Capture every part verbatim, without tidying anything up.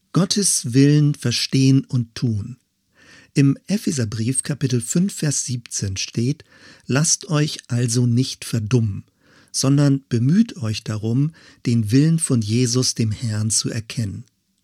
Gottes Willen verstehen und tun. Im Epheserbrief Kapitel fünf, Vers siebzehn steht: Lasst euch also nicht verdummen, sondern bemüht euch darum, den Willen von Jesus, dem Herrn, zu erkennen.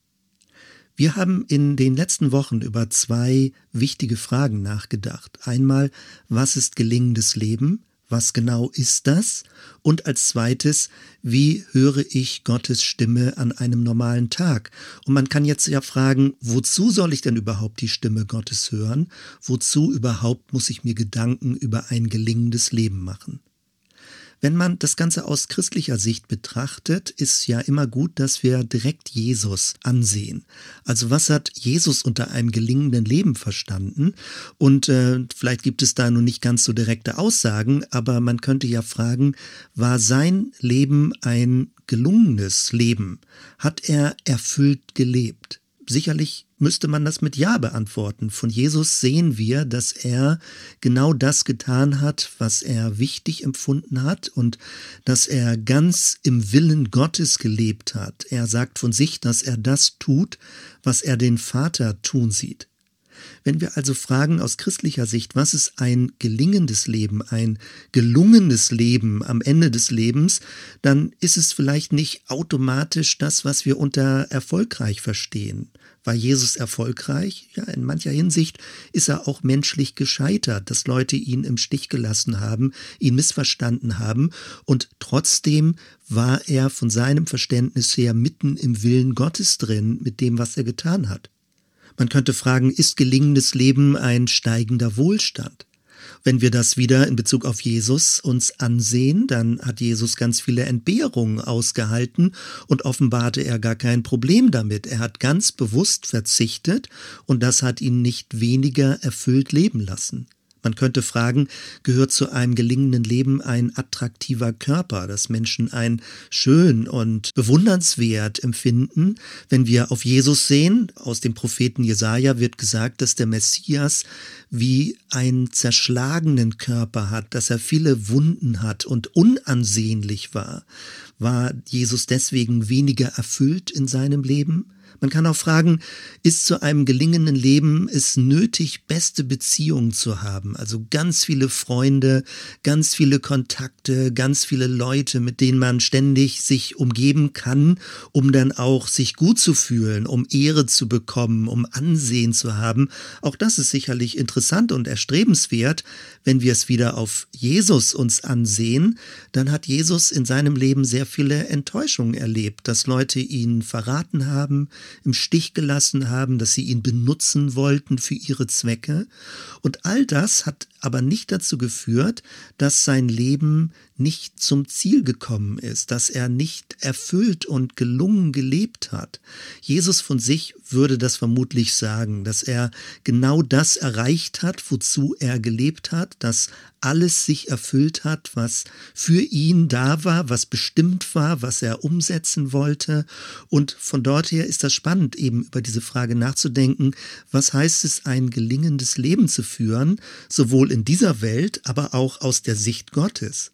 Wir haben in den letzten Wochen über zwei wichtige Fragen nachgedacht. Einmal, was ist gelingendes Leben? Was genau ist das? Und als zweites, wie höre ich Gottes Stimme an einem normalen Tag? Und man kann jetzt ja fragen, wozu soll ich denn überhaupt die Stimme Gottes hören? Wozu überhaupt muss ich mir Gedanken über ein gelingendes Leben machen? Wenn man das Ganze aus christlicher Sicht betrachtet, ist ja immer gut, dass wir direkt Jesus ansehen. Also was hat Jesus unter einem gelingenden Leben verstanden? Und äh, vielleicht gibt es da nun nicht ganz so direkte Aussagen, aber man könnte ja fragen, war sein Leben ein gelungenes Leben? Hat er erfüllt gelebt? Sicherlich müsste man das mit Ja beantworten. Von Jesus sehen wir, dass er genau das getan hat, was er wichtig empfunden hat und dass er ganz im Willen Gottes gelebt hat. Er sagt von sich, dass er das tut, was er den Vater tun sieht. Wenn wir also fragen aus christlicher Sicht, was ist ein gelingendes Leben, ein gelungenes Leben am Ende des Lebens, dann ist es vielleicht nicht automatisch das, was wir unter erfolgreich verstehen. War Jesus erfolgreich? Ja, in mancher Hinsicht ist er auch menschlich gescheitert, dass Leute ihn im Stich gelassen haben, ihn missverstanden haben, und trotzdem war er von seinem Verständnis her mitten im Willen Gottes drin mit dem, was er getan hat. Man könnte fragen, ist gelingendes Leben ein steigender Wohlstand? Wenn wir das wieder in Bezug auf Jesus uns ansehen, dann hat Jesus ganz viele Entbehrungen ausgehalten und offenbarte er gar kein Problem damit. Er hat ganz bewusst verzichtet und das hat ihn nicht weniger erfüllt leben lassen. Man könnte fragen, gehört zu einem gelingenden Leben ein attraktiver Körper, dass Menschen einen schön und bewundernswert empfinden? Wenn wir auf Jesus sehen, aus dem Propheten Jesaja wird gesagt, dass der Messias wie einen zerschlagenen Körper hat, dass er viele Wunden hat und unansehnlich war. War Jesus deswegen weniger erfüllt in seinem Leben? Man kann auch fragen, ist zu einem gelingenden Leben es nötig, beste Beziehungen zu haben? Also ganz viele Freunde, ganz viele Kontakte, ganz viele Leute, mit denen man ständig sich umgeben kann, um dann auch sich gut zu fühlen, um Ehre zu bekommen, um Ansehen zu haben. Auch das ist sicherlich interessant und erstrebenswert. Wenn wir es wieder auf Jesus uns ansehen, dann hat Jesus in seinem Leben sehr viele Enttäuschungen erlebt, dass Leute ihn verraten haben, im Stich gelassen haben, dass sie ihn benutzen wollten für ihre Zwecke. Und all das hat aber nicht dazu geführt, dass sein Leben nicht zum Ziel gekommen ist, dass er nicht erfüllt und gelungen gelebt hat. Jesus von sich würde das vermutlich sagen, dass er genau das erreicht hat, wozu er gelebt hat, dass alles sich erfüllt hat, was für ihn da war, was bestimmt war, was er umsetzen wollte. Und von dort her ist das spannend, eben über diese Frage nachzudenken, was heißt es, ein gelingendes Leben zu führen, sowohl in dieser Welt, aber auch aus der Sicht Gottes.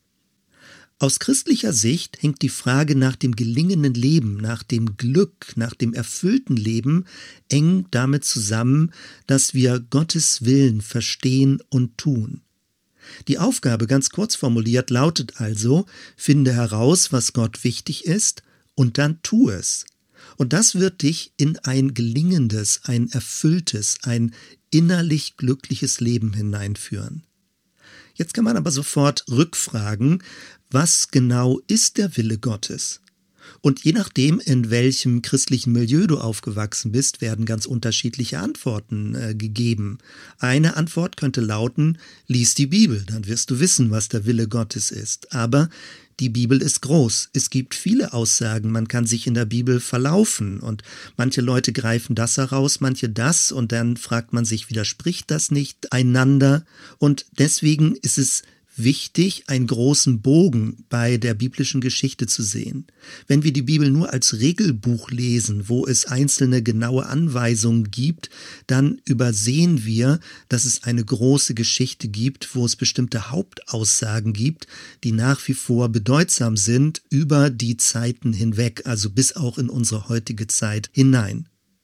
Aus christlicher Sicht hängt die Frage nach dem gelingenden Leben, nach dem Glück, nach dem erfüllten Leben eng damit zusammen, dass wir Gottes Willen verstehen und tun. Die Aufgabe, ganz kurz formuliert, lautet also: Finde heraus, was Gott wichtig ist, und dann tu es. Und das wird dich in ein gelingendes, ein erfülltes, ein innerlich glückliches Leben hineinführen. Jetzt kann man aber sofort rückfragen, was genau ist der Wille Gottes? Und je nachdem, in welchem christlichen Milieu du aufgewachsen bist, werden ganz unterschiedliche Antworten äh, gegeben. Eine Antwort könnte lauten: Lies die Bibel, dann wirst du wissen, was der Wille Gottes ist. Aber die Bibel ist groß. Es gibt viele Aussagen. Man kann sich in der Bibel verlaufen und manche Leute greifen das heraus, manche das, und dann fragt man sich, widerspricht das nicht einander? Und deswegen ist es wichtig, einen großen Bogen bei der biblischen Geschichte zu sehen. Wenn wir die Bibel nur als Regelbuch lesen, wo es einzelne genaue Anweisungen gibt, dann übersehen wir, dass es eine große Geschichte gibt, wo es bestimmte Hauptaussagen gibt, die nach wie vor bedeutsam sind über die Zeiten hinweg, also bis auch in unsere heutige Zeit hinein.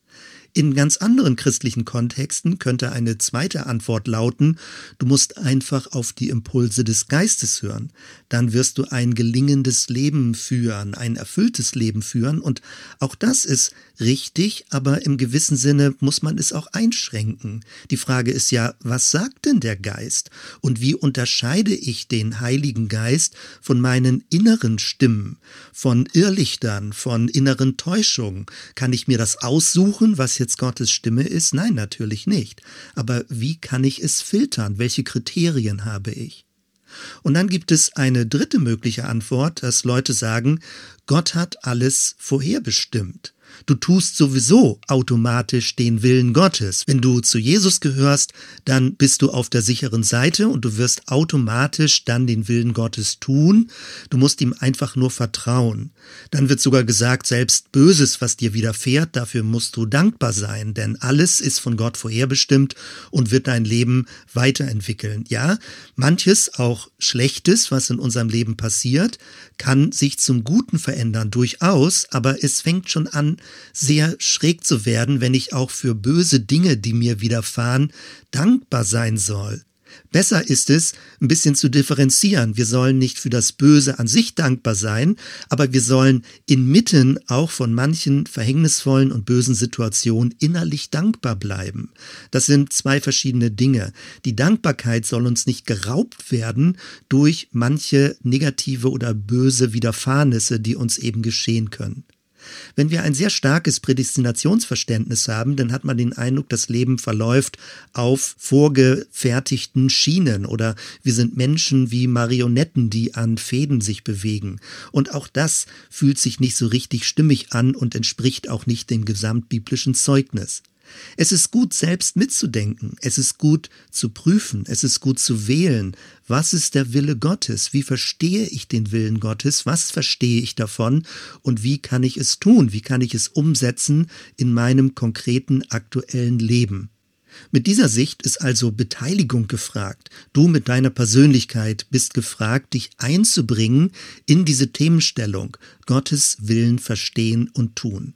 In ganz anderen christlichen Kontexten könnte eine zweite Antwort lauten, du musst einfach auf die Impulse des Geistes hören. Dann wirst du ein gelingendes Leben führen, ein erfülltes Leben führen und auch das ist richtig, aber im gewissen Sinne muss man es auch einschränken. Die Frage ist ja, was sagt denn der Geist? Und wie unterscheide ich den Heiligen Geist von meinen inneren Stimmen, von Irrlichtern, von inneren Täuschungen? Kann ich mir das aussuchen, was jetzt Gottes Stimme ist? Nein, natürlich nicht. Aber wie kann ich es filtern? Welche Kriterien habe ich? Und dann gibt es eine dritte mögliche Antwort, dass Leute sagen, Gott hat alles vorherbestimmt. Du tust sowieso automatisch den Willen Gottes. Wenn du zu Jesus gehörst, dann bist du auf der sicheren Seite und du wirst automatisch dann den Willen Gottes tun. Du musst ihm einfach nur vertrauen. Dann wird sogar gesagt, selbst Böses, was dir widerfährt, dafür musst du dankbar sein, denn alles ist von Gott vorherbestimmt und wird dein Leben weiterentwickeln. Ja, manches, auch Schlechtes, was in unserem Leben passiert, kann sich zum Guten verändern, durchaus, aber es fängt schon an, sehr schräg zu werden, wenn ich auch für böse Dinge, die mir widerfahren, dankbar sein soll. Besser ist es, ein bisschen zu differenzieren. Wir sollen nicht für das Böse an sich dankbar sein, aber wir sollen inmitten auch von manchen verhängnisvollen und bösen Situationen innerlich dankbar bleiben. Das sind zwei verschiedene Dinge. Die Dankbarkeit soll uns nicht geraubt werden durch manche negative oder böse Widerfahrnisse, die uns eben geschehen können. Wenn wir ein sehr starkes Prädestinationsverständnis haben, dann hat man den Eindruck, das Leben verläuft auf vorgefertigten Schienen oder wir sind Menschen wie Marionetten, die an Fäden sich bewegen. Und auch das fühlt sich nicht so richtig stimmig an und entspricht auch nicht dem gesamtbiblischen Zeugnis. Es ist gut, selbst mitzudenken. Es ist gut zu prüfen. Es ist gut zu wählen. Was ist der Wille Gottes? Wie verstehe ich den Willen Gottes? Was verstehe ich davon? Und wie kann ich es tun? Wie kann ich es umsetzen in meinem konkreten aktuellen Leben? Mit dieser Sicht ist also Beteiligung gefragt. Du mit deiner Persönlichkeit bist gefragt, dich einzubringen in diese Themenstellung. Gottes Willen verstehen und tun.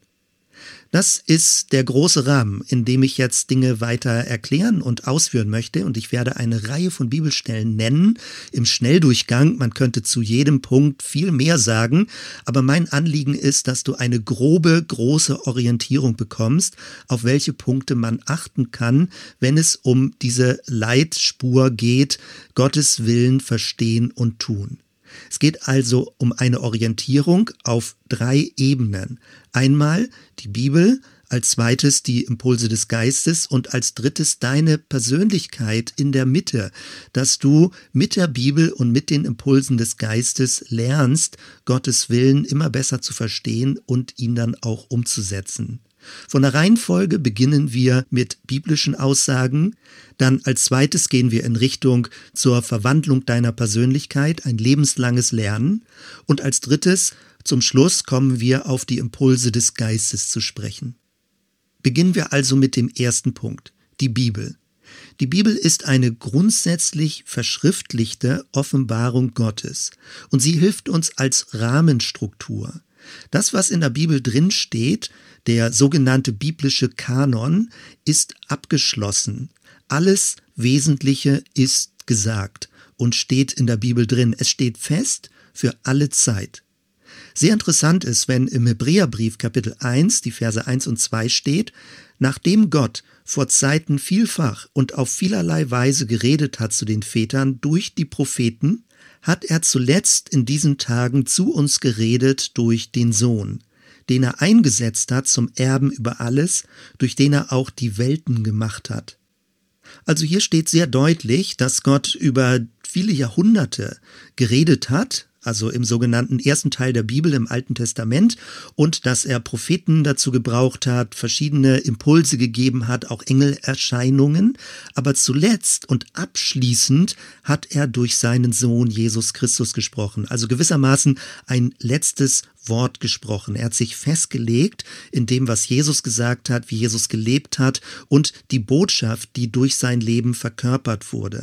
Das ist der große Rahmen, in dem ich jetzt Dinge weiter erklären und ausführen möchte. Und ich werde eine Reihe von Bibelstellen nennen im Schnelldurchgang. Man könnte zu jedem Punkt viel mehr sagen. Aber mein Anliegen ist, dass du eine grobe, große Orientierung bekommst, auf welche Punkte man achten kann, wenn es um diese Leitspur geht, Gottes Willen verstehen und tun. Es geht also um eine Orientierung auf drei Ebenen. Einmal die Bibel, als zweites die Impulse des Geistes und als drittes deine Persönlichkeit in der Mitte, dass du mit der Bibel und mit den Impulsen des Geistes lernst, Gottes Willen immer besser zu verstehen und ihn dann auch umzusetzen. Von der Reihenfolge beginnen wir mit biblischen Aussagen, dann als zweites gehen wir in Richtung zur Verwandlung deiner Persönlichkeit, ein lebenslanges Lernen und als drittes, zum Schluss, kommen wir auf die Impulse des Geistes zu sprechen. Beginnen wir also mit dem ersten Punkt, die Bibel. Die Bibel ist eine grundsätzlich verschriftlichte Offenbarung Gottes und sie hilft uns als Rahmenstruktur. Das, was in der Bibel drin steht, der sogenannte biblische Kanon, ist abgeschlossen. Alles Wesentliche ist gesagt und steht in der Bibel drin. Es steht fest für alle Zeit. Sehr interessant ist, wenn im Hebräerbrief Kapitel eins, die Verse eins und zwei steht, nachdem Gott vor Zeiten vielfach und auf vielerlei Weise geredet hat zu den Vätern durch die Propheten, hat er zuletzt in diesen Tagen zu uns geredet durch den Sohn, den er eingesetzt hat zum Erben über alles, durch den er auch die Welten gemacht hat. Also hier steht sehr deutlich, dass Gott über viele Jahrhunderte geredet hat, also im sogenannten ersten Teil der Bibel im Alten Testament, und dass er Propheten dazu gebraucht hat, verschiedene Impulse gegeben hat, auch Engelerscheinungen, aber zuletzt und abschließend hat er durch seinen Sohn Jesus Christus gesprochen, also gewissermaßen ein letztes Wort gesprochen. Er hat sich festgelegt in dem, was Jesus gesagt hat, wie Jesus gelebt hat und die Botschaft, die durch sein Leben verkörpert wurde.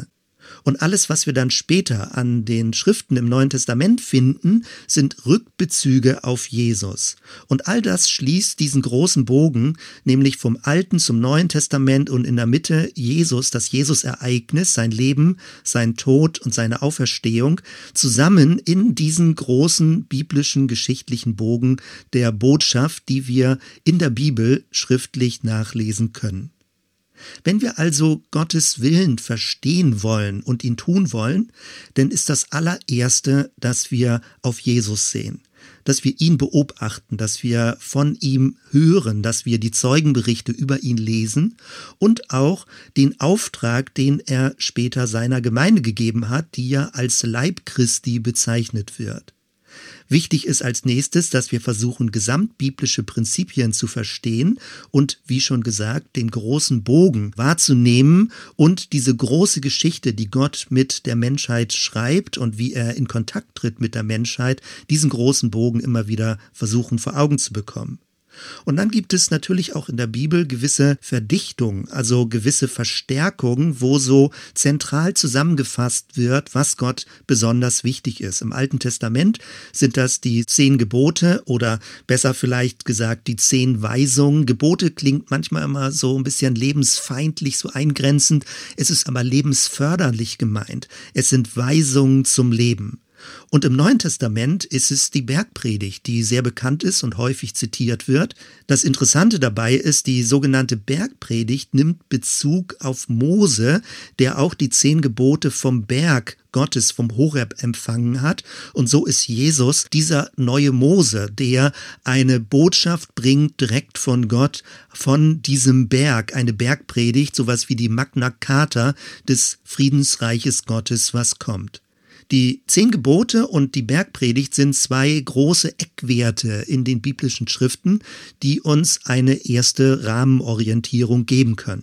Und alles, was wir dann später an den Schriften im Neuen Testament finden, sind Rückbezüge auf Jesus. Und all das schließt diesen großen Bogen, nämlich vom Alten zum Neuen Testament und in der Mitte Jesus, das Jesus-Ereignis, sein Leben, sein Tod und seine Auferstehung, zusammen in diesen großen biblischen geschichtlichen Bogen der Botschaft, die wir in der Bibel schriftlich nachlesen können. Wenn wir also Gottes Willen verstehen wollen und ihn tun wollen, dann ist das allererste, dass wir auf Jesus sehen, dass wir ihn beobachten, dass wir von ihm hören, dass wir die Zeugenberichte über ihn lesen und auch den Auftrag, den er später seiner Gemeinde gegeben hat, die ja als Leib Christi bezeichnet wird. Wichtig ist als nächstes, dass wir versuchen, gesamtbiblische Prinzipien zu verstehen und, wie schon gesagt, den großen Bogen wahrzunehmen und diese große Geschichte, die Gott mit der Menschheit schreibt und wie er in Kontakt tritt mit der Menschheit, diesen großen Bogen immer wieder versuchen vor Augen zu bekommen. Und dann gibt es natürlich auch in der Bibel gewisse Verdichtungen, also gewisse Verstärkungen, wo so zentral zusammengefasst wird, was Gott besonders wichtig ist. Im Alten Testament sind das die zehn Gebote oder besser vielleicht gesagt die zehn Weisungen. Gebote klingt manchmal immer so ein bisschen lebensfeindlich, so eingrenzend. Es ist aber lebensförderlich gemeint. Es sind Weisungen zum Leben. Und im Neuen Testament ist es die Bergpredigt, die sehr bekannt ist und häufig zitiert wird. Das Interessante dabei ist, die sogenannte Bergpredigt nimmt Bezug auf Mose, der auch die zehn Gebote vom Berg Gottes, vom Horeb empfangen hat. Und so ist Jesus dieser neue Mose, der eine Botschaft bringt direkt von Gott, von diesem Berg, eine Bergpredigt, sowas wie die Magna Carta des Friedensreiches Gottes, was kommt. Die zehn Gebote und die Bergpredigt sind zwei große Eckwerte in den biblischen Schriften, die uns eine erste Rahmenorientierung geben können.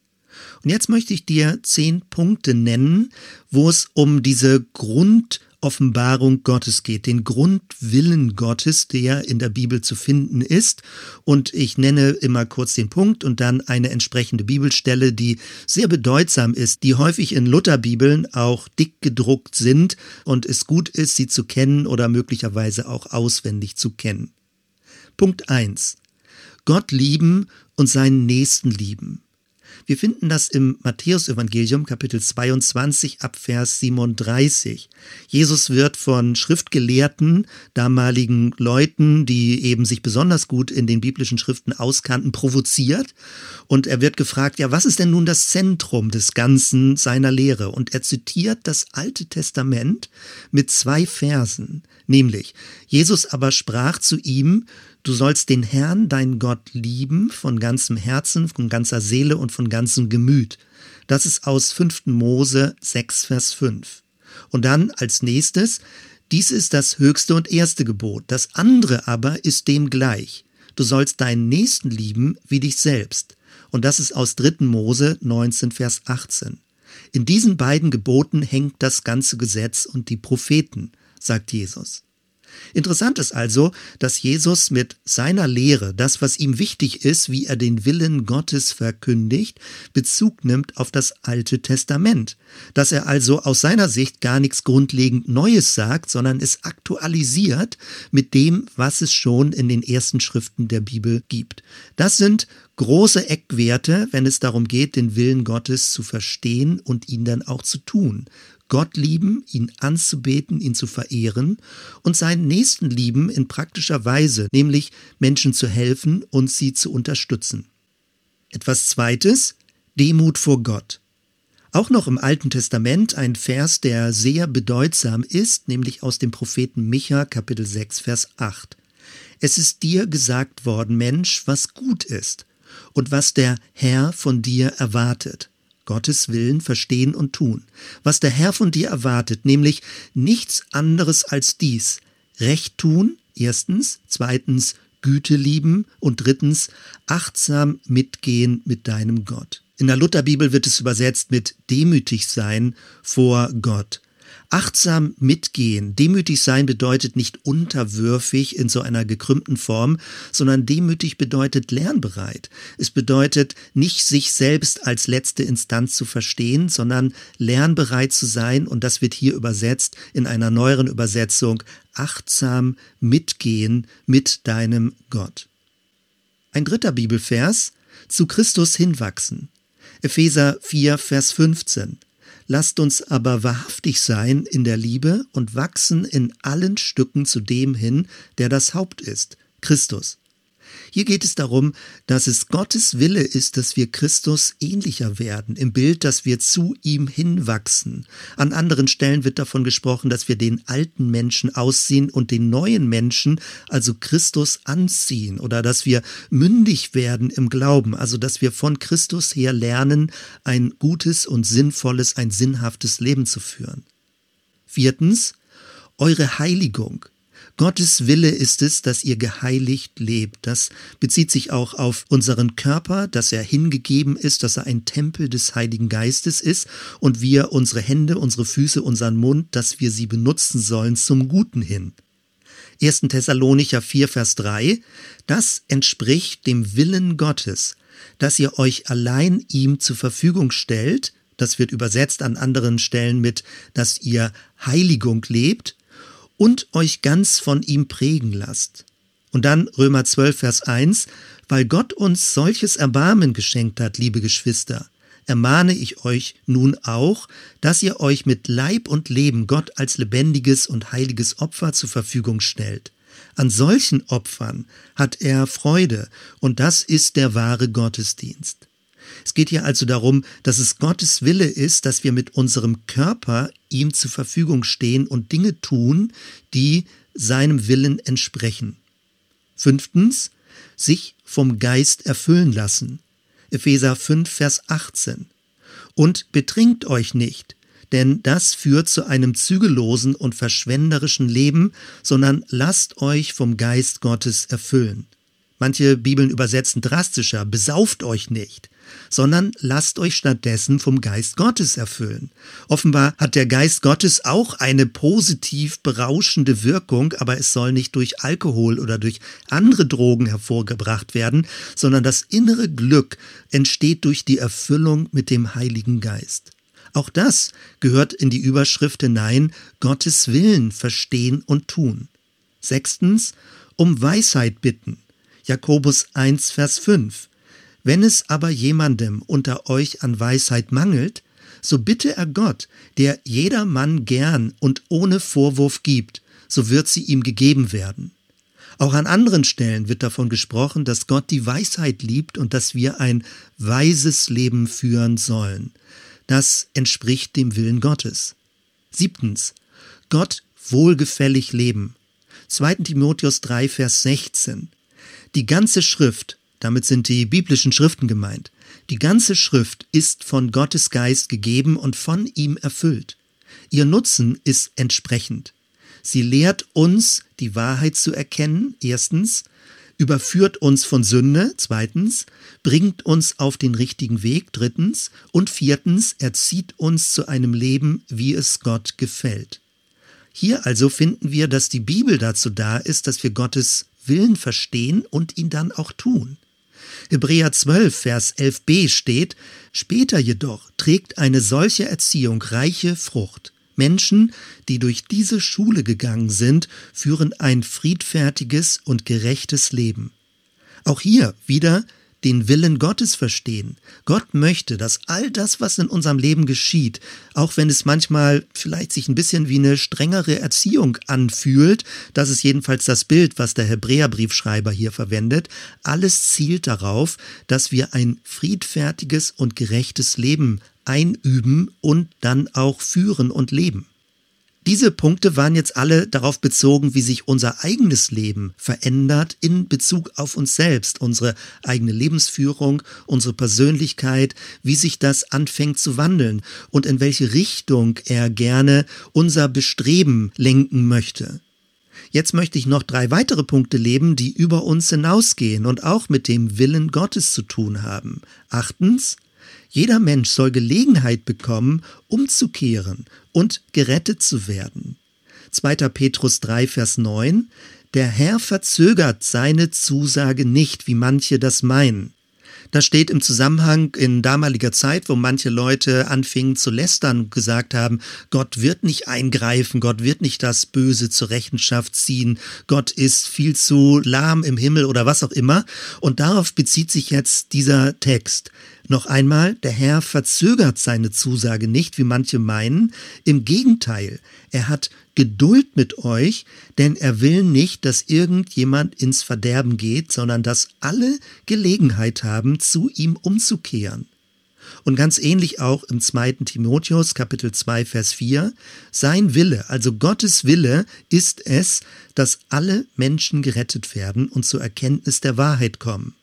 Und jetzt möchte ich dir zehn Punkte nennen, wo es um diese Grundoffenbarung Gottes geht, den Grundwillen Gottes, der in der Bibel zu finden ist. Und ich nenne immer kurz den Punkt und dann eine entsprechende Bibelstelle, die sehr bedeutsam ist, die häufig in Lutherbibeln auch dick gedruckt sind und es gut ist, sie zu kennen oder möglicherweise auch auswendig zu kennen. Punkt eins. Gott lieben und seinen Nächsten lieben. Wir finden das im Matthäusevangelium Kapitel zweiundzwanzig ab Vers siebenunddreißig. Jesus wird von Schriftgelehrten, damaligen Leuten, die eben sich besonders gut in den biblischen Schriften auskannten, provoziert. Und er wird gefragt, ja, was ist denn nun das Zentrum des Ganzen seiner Lehre? Und er zitiert das Alte Testament mit zwei Versen, nämlich, Jesus aber sprach zu ihm, du sollst den Herrn, deinen Gott, lieben von ganzem Herzen, von ganzer Seele und von ganzem Gemüt. Das ist aus fünften Mose sechs, Vers fünf. Und dann als nächstes, dies ist das höchste und erste Gebot. Das andere aber ist dem gleich. Du sollst deinen Nächsten lieben wie dich selbst. Und das ist aus dritten Mose neunzehn, Vers achtzehn. In diesen beiden Geboten hängt das ganze Gesetz und die Propheten, sagt Jesus. Interessant ist also, dass Jesus mit seiner Lehre, das, was ihm wichtig ist, wie er den Willen Gottes verkündigt, Bezug nimmt auf das Alte Testament. Dass er also aus seiner Sicht gar nichts grundlegend Neues sagt, sondern es aktualisiert mit dem, was es schon in den ersten Schriften der Bibel gibt. Das sind große Eckwerte, wenn es darum geht, den Willen Gottes zu verstehen und ihn dann auch zu tun. Gott lieben, ihn anzubeten, ihn zu verehren und seinen Nächsten lieben in praktischer Weise, nämlich Menschen zu helfen und sie zu unterstützen. Etwas Zweites, Demut vor Gott. Auch noch im Alten Testament ein Vers, der sehr bedeutsam ist, nämlich aus dem Propheten Micha, Kapitel sechs, Vers acht. Es ist dir gesagt worden, Mensch, was gut ist und was der Herr von dir erwartet. Gottes Willen verstehen und tun. Was der Herr von dir erwartet, nämlich nichts anderes als dies. Recht tun, erstens, zweitens, Güte lieben und drittens, achtsam mitgehen mit deinem Gott. In der Lutherbibel wird es übersetzt mit demütig sein vor Gott. Achtsam mitgehen, demütig sein bedeutet nicht unterwürfig in so einer gekrümmten Form, sondern demütig bedeutet lernbereit. Es bedeutet nicht sich selbst als letzte Instanz zu verstehen, sondern lernbereit zu sein, und das wird hier übersetzt in einer neueren Übersetzung, achtsam mitgehen mit deinem Gott. Ein dritter Bibelvers, zu Christus hinwachsen. Epheser vier, Vers fünfzehn. Lasst uns aber wahrhaftig sein in der Liebe und wachsen in allen Stücken zu dem hin, der das Haupt ist, Christus. Hier geht es darum, dass es Gottes Wille ist, dass wir Christus ähnlicher werden, im Bild, dass wir zu ihm hinwachsen. An anderen Stellen wird davon gesprochen, dass wir den alten Menschen ausziehen und den neuen Menschen, also Christus, anziehen, oder dass wir mündig werden im Glauben, also dass wir von Christus her lernen, ein gutes und sinnvolles, ein sinnhaftes Leben zu führen. Viertens, eure Heiligung. Gottes Wille ist es, dass ihr geheiligt lebt. Das bezieht sich auch auf unseren Körper, dass er hingegeben ist, dass er ein Tempel des Heiligen Geistes ist und wir unsere Hände, unsere Füße, unseren Mund, dass wir sie benutzen sollen zum Guten hin. erster Thessalonicher vier, Vers drei. Das entspricht dem Willen Gottes, dass ihr euch allein ihm zur Verfügung stellt. Das wird übersetzt an anderen Stellen mit, dass ihr Heiligung lebt und euch ganz von ihm prägen lasst. Und dann Römer zwölf, Vers eins, weil Gott uns solches Erbarmen geschenkt hat, liebe Geschwister, ermahne ich euch nun auch, dass ihr euch mit Leib und Leben Gott als lebendiges und heiliges Opfer zur Verfügung stellt. An solchen Opfern hat er Freude, und das ist der wahre Gottesdienst. Es geht hier also darum, dass es Gottes Wille ist, dass wir mit unserem Körper ihm zur Verfügung stehen und Dinge tun, die seinem Willen entsprechen. Fünftens, sich vom Geist erfüllen lassen. Epheser fünf, Vers achtzehn. Und betrinkt euch nicht, denn das führt zu einem zügellosen und verschwenderischen Leben, sondern lasst euch vom Geist Gottes erfüllen. Manche Bibeln übersetzen drastischer, besauft euch nicht, sondern lasst euch stattdessen vom Geist Gottes erfüllen. Offenbar hat der Geist Gottes auch eine positiv berauschende Wirkung, aber es soll nicht durch Alkohol oder durch andere Drogen hervorgebracht werden, sondern das innere Glück entsteht durch die Erfüllung mit dem Heiligen Geist. Auch das gehört in die Überschrift hinein, Gottes Willen verstehen und tun. Sechstens, um Weisheit bitten. Jakobus eins, Vers fünf. Wenn es aber jemandem unter euch an Weisheit mangelt, so bitte er Gott, der jedermann gern und ohne Vorwurf gibt, so wird sie ihm gegeben werden. Auch an anderen Stellen wird davon gesprochen, dass Gott die Weisheit liebt und dass wir ein weises Leben führen sollen. Das entspricht dem Willen Gottes. Siebtens, Gott wohlgefällig leben. zweiter Timotheus drei, Vers sechzehn. Die ganze Schrift, damit sind die biblischen Schriften gemeint, die ganze Schrift ist von Gottes Geist gegeben und von ihm erfüllt. Ihr Nutzen ist entsprechend. Sie lehrt uns, die Wahrheit zu erkennen, erstens, überführt uns von Sünde, zweitens, bringt uns auf den richtigen Weg, drittens, und viertens, erzieht uns zu einem Leben, wie es Gott gefällt. Hier also finden wir, dass die Bibel dazu da ist, dass wir Gottes Willen verstehen und ihn dann auch tun. Hebräer zwölf, Vers elf b steht, später jedoch trägt eine solche Erziehung reiche Frucht. Menschen, die durch diese Schule gegangen sind, führen ein friedfertiges und gerechtes Leben. Auch hier wieder den Willen Gottes verstehen. Gott möchte, dass all das, was in unserem Leben geschieht, auch wenn es manchmal vielleicht sich ein bisschen wie eine strengere Erziehung anfühlt, das ist jedenfalls das Bild, was der Hebräerbriefschreiber hier verwendet, alles zielt darauf, dass wir ein friedfertiges und gerechtes Leben einüben und dann auch führen und leben. Diese Punkte waren jetzt alle darauf bezogen, wie sich unser eigenes Leben verändert in Bezug auf uns selbst, unsere eigene Lebensführung, unsere Persönlichkeit, wie sich das anfängt zu wandeln und in welche Richtung er gerne unser Bestreben lenken möchte. Jetzt möchte ich noch drei weitere Punkte leben, die über uns hinausgehen und auch mit dem Willen Gottes zu tun haben. Achtens, Jeder Mensch soll Gelegenheit bekommen, umzukehren und gerettet zu werden. zweiter Petrus drei, Vers neun: Der Herr verzögert seine Zusage nicht, wie manche das meinen. Das steht im Zusammenhang in damaliger Zeit, wo manche Leute anfingen zu lästern und gesagt haben, Gott wird nicht eingreifen, Gott wird nicht das Böse zur Rechenschaft ziehen, Gott ist viel zu lahm im Himmel oder was auch immer. Und darauf bezieht sich jetzt dieser Text. Noch einmal, der Herr verzögert seine Zusage nicht, wie manche meinen. Im Gegenteil, er hat Geduld mit euch, denn er will nicht, dass irgendjemand ins Verderben geht, sondern dass alle Gelegenheit haben, zu ihm umzukehren. Und ganz ähnlich auch im zweiten Timotheus, Kapitel zwei, Vers vier, sein Wille, also Gottes Wille, ist es, dass alle Menschen gerettet werden und zur Erkenntnis der Wahrheit kommen.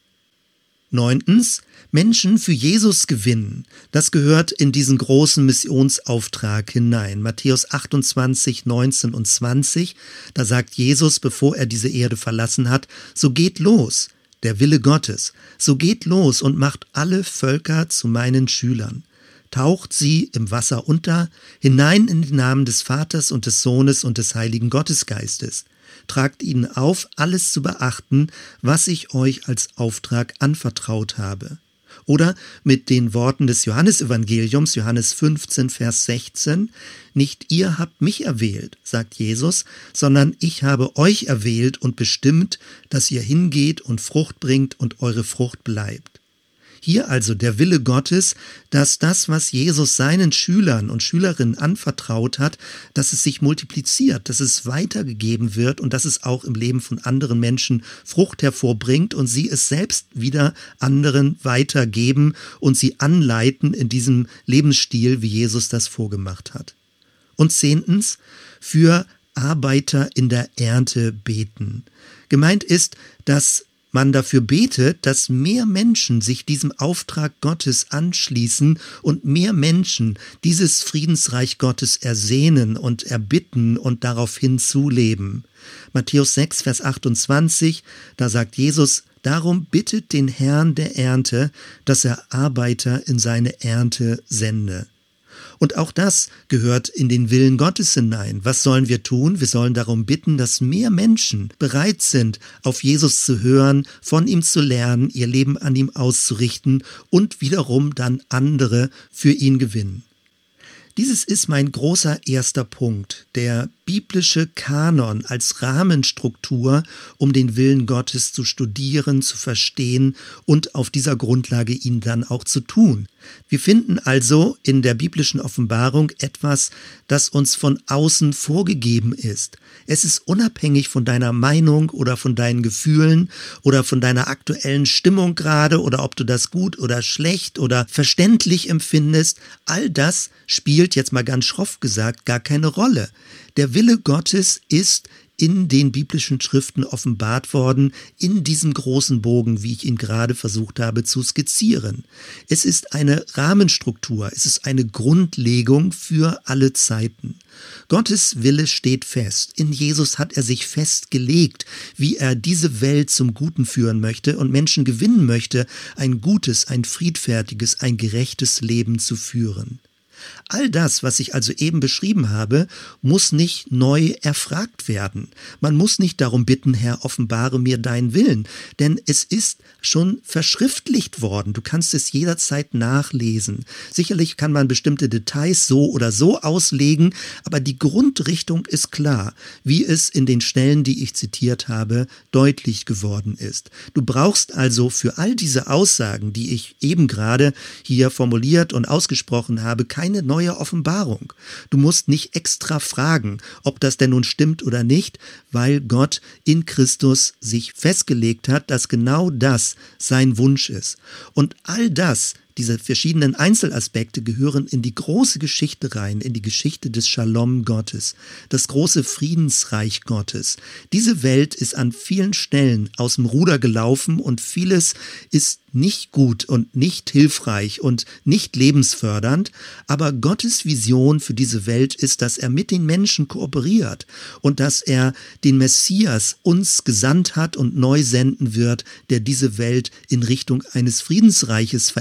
Neuntens, Menschen für Jesus gewinnen. Das gehört in diesen großen Missionsauftrag hinein. Matthäus achtundzwanzig, neunzehn und zwanzig, da sagt Jesus, bevor er diese Erde verlassen hat, so geht los, der Wille Gottes, so geht los und macht alle Völker zu meinen Schülern. Taucht sie im Wasser unter, hinein in den Namen des Vaters und des Sohnes und des Heiligen Gottesgeistes. Tragt ihnen auf, alles zu beachten, was ich euch als Auftrag anvertraut habe. Oder mit den Worten des Johannesevangeliums, Johannes fünfzehn, Vers sechzehn, nicht ihr habt mich erwählt, sagt Jesus, sondern ich habe euch erwählt und bestimmt, dass ihr hingeht und Frucht bringt und eure Frucht bleibt. Hier also der Wille Gottes, dass das, was Jesus seinen Schülern und Schülerinnen anvertraut hat, dass es sich multipliziert, dass es weitergegeben wird und dass es auch im Leben von anderen Menschen Frucht hervorbringt und sie es selbst wieder anderen weitergeben und sie anleiten in diesem Lebensstil, wie Jesus das vorgemacht hat. Und zehntens, für Arbeiter in der Ernte beten. Gemeint ist, dass man dafür betet, dass mehr Menschen sich diesem Auftrag Gottes anschließen und mehr Menschen dieses Friedensreich Gottes ersehnen und erbitten und daraufhin zuleben. Matthäus sechs, Vers achtundzwanzig, da sagt Jesus, darum bittet den Herrn der Ernte, dass er Arbeiter in seine Ernte sende. Und auch das gehört in den Willen Gottes hinein. Was sollen wir tun? Wir sollen darum bitten, dass mehr Menschen bereit sind, auf Jesus zu hören, von ihm zu lernen, ihr Leben an ihm auszurichten und wiederum dann andere für ihn gewinnen. Dieses ist mein großer erster Punkt, der biblische Kanon als Rahmenstruktur, um den Willen Gottes zu studieren, zu verstehen und auf dieser Grundlage ihn dann auch zu tun. Wir finden also in der biblischen Offenbarung etwas, das uns von außen vorgegeben ist. Es ist unabhängig von deiner Meinung oder von deinen Gefühlen oder von deiner aktuellen Stimmung gerade oder ob du das gut oder schlecht oder verständlich empfindest. All das spielt jetzt mal ganz schroff gesagt gar keine Rolle. Der Wille Gottes ist in den biblischen Schriften offenbart worden, in diesem großen Bogen, wie ich ihn gerade versucht habe zu skizzieren. Es ist eine Rahmenstruktur, es ist eine Grundlegung für alle Zeiten. Gottes Wille steht fest. In Jesus hat er sich festgelegt, wie er diese Welt zum Guten führen möchte und Menschen gewinnen möchte, ein gutes, ein friedfertiges, ein gerechtes Leben zu führen. All das, was ich also eben beschrieben habe, muss nicht neu erfragt werden. Man muss nicht darum bitten, Herr, offenbare mir deinen Willen, denn es ist schon verschriftlicht worden. Du kannst es jederzeit nachlesen. Sicherlich kann man bestimmte Details so oder so auslegen, aber die Grundrichtung ist klar, wie es in den Stellen, die ich zitiert habe, deutlich geworden ist. Du brauchst also für all diese Aussagen, die ich eben gerade hier formuliert und ausgesprochen habe, keine neue Offenbarung. Du musst nicht extra fragen, ob das denn nun stimmt oder nicht, weil Gott in Christus sich festgelegt hat, dass genau das sein Wunsch ist. Und all das, diese verschiedenen Einzelaspekte gehören in die große Geschichte rein, in die Geschichte des Shalom Gottes, das große Friedensreich Gottes. Diese Welt ist an vielen Stellen aus dem Ruder gelaufen und vieles ist nicht gut und nicht hilfreich und nicht lebensfördernd, aber Gottes Vision für diese Welt ist, dass er mit den Menschen kooperiert und dass er den Messias uns gesandt hat und neu senden wird, der diese Welt in Richtung eines Friedensreiches verändern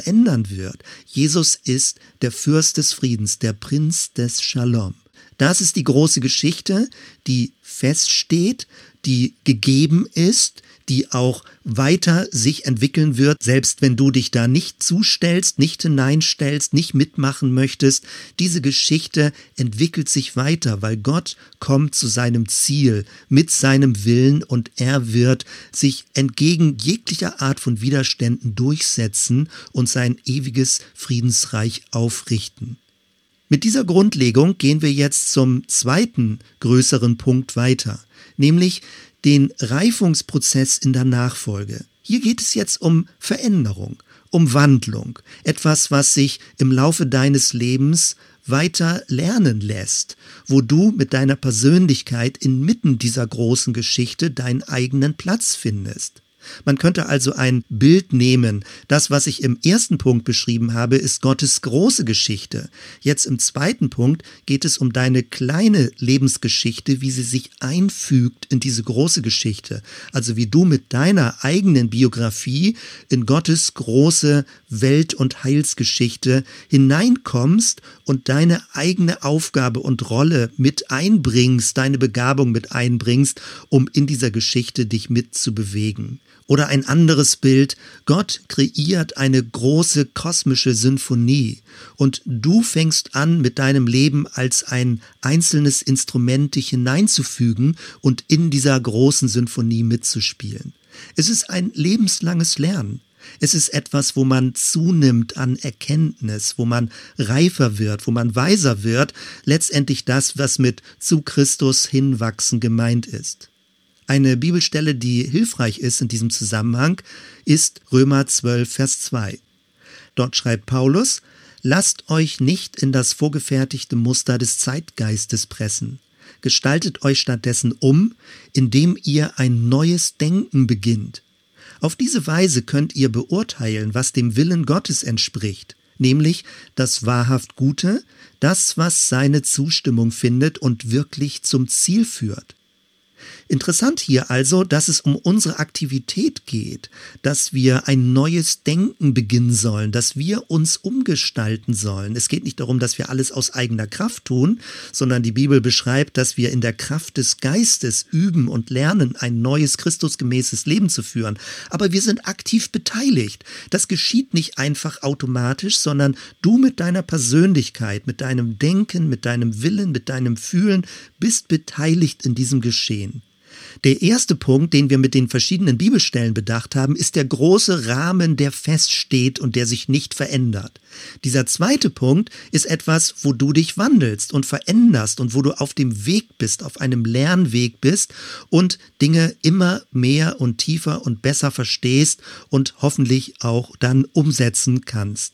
kommen wird. Jesus ist der Fürst des Friedens, der Prinz des Shalom. Das ist die große Geschichte, die feststeht, die gegeben ist, die auch weiter sich entwickeln wird, selbst wenn du dich da nicht zustellst, nicht hineinstellst, nicht mitmachen möchtest. Diese Geschichte entwickelt sich weiter, weil Gott kommt zu seinem Ziel mit seinem Willen und er wird sich entgegen jeglicher Art von Widerständen durchsetzen und sein ewiges Friedensreich aufrichten. Mit dieser Grundlegung gehen wir jetzt zum zweiten größeren Punkt weiter, nämlich den Reifungsprozess in der Nachfolge. Hier geht es jetzt um Veränderung, um Wandlung, etwas, was sich im Laufe deines Lebens weiter lernen lässt, wo du mit deiner Persönlichkeit inmitten dieser großen Geschichte deinen eigenen Platz findest. Man könnte also ein Bild nehmen. Das, was ich im ersten Punkt beschrieben habe, ist Gottes große Geschichte. Jetzt im zweiten Punkt geht es um deine kleine Lebensgeschichte, wie sie sich einfügt in diese große Geschichte. Also wie du mit deiner eigenen Biografie in Gottes große Welt- und Heilsgeschichte hineinkommst und deine eigene Aufgabe und Rolle mit einbringst, deine Begabung mit einbringst, um in dieser Geschichte dich mitzubewegen. Oder ein anderes Bild, Gott kreiert eine große kosmische Sinfonie und du fängst an, mit deinem Leben als ein einzelnes Instrument dich hineinzufügen und in dieser großen Sinfonie mitzuspielen. Es ist ein lebenslanges Lernen. Es ist etwas, wo man zunimmt an Erkenntnis, wo man reifer wird, wo man weiser wird, letztendlich das, was mit zu Christus hinwachsen gemeint ist. Eine Bibelstelle, die hilfreich ist in diesem Zusammenhang, ist Römer zwölf, Vers zwei. Dort schreibt Paulus: Lasst euch nicht in das vorgefertigte Muster des Zeitgeistes pressen. Gestaltet euch stattdessen um, indem ihr ein neues Denken beginnt. Auf diese Weise könnt ihr beurteilen, was dem Willen Gottes entspricht, nämlich das wahrhaft Gute, das, was seine Zustimmung findet und wirklich zum Ziel führt. Interessant hier also, dass es um unsere Aktivität geht, dass wir ein neues Denken beginnen sollen, dass wir uns umgestalten sollen. Es geht nicht darum, dass wir alles aus eigener Kraft tun, sondern die Bibel beschreibt, dass wir in der Kraft des Geistes üben und lernen, ein neues christusgemäßes Leben zu führen. Aber wir sind aktiv beteiligt. Das geschieht nicht einfach automatisch, sondern du mit deiner Persönlichkeit, mit deinem Denken, mit deinem Willen, mit deinem Fühlen bist beteiligt in diesem Geschehen. Der erste Punkt, den wir mit den verschiedenen Bibelstellen bedacht haben, ist der große Rahmen, der feststeht und der sich nicht verändert. Dieser zweite Punkt ist etwas, wo du dich wandelst und veränderst und wo du auf dem Weg bist, auf einem Lernweg bist und Dinge immer mehr und tiefer und besser verstehst und hoffentlich auch dann umsetzen kannst.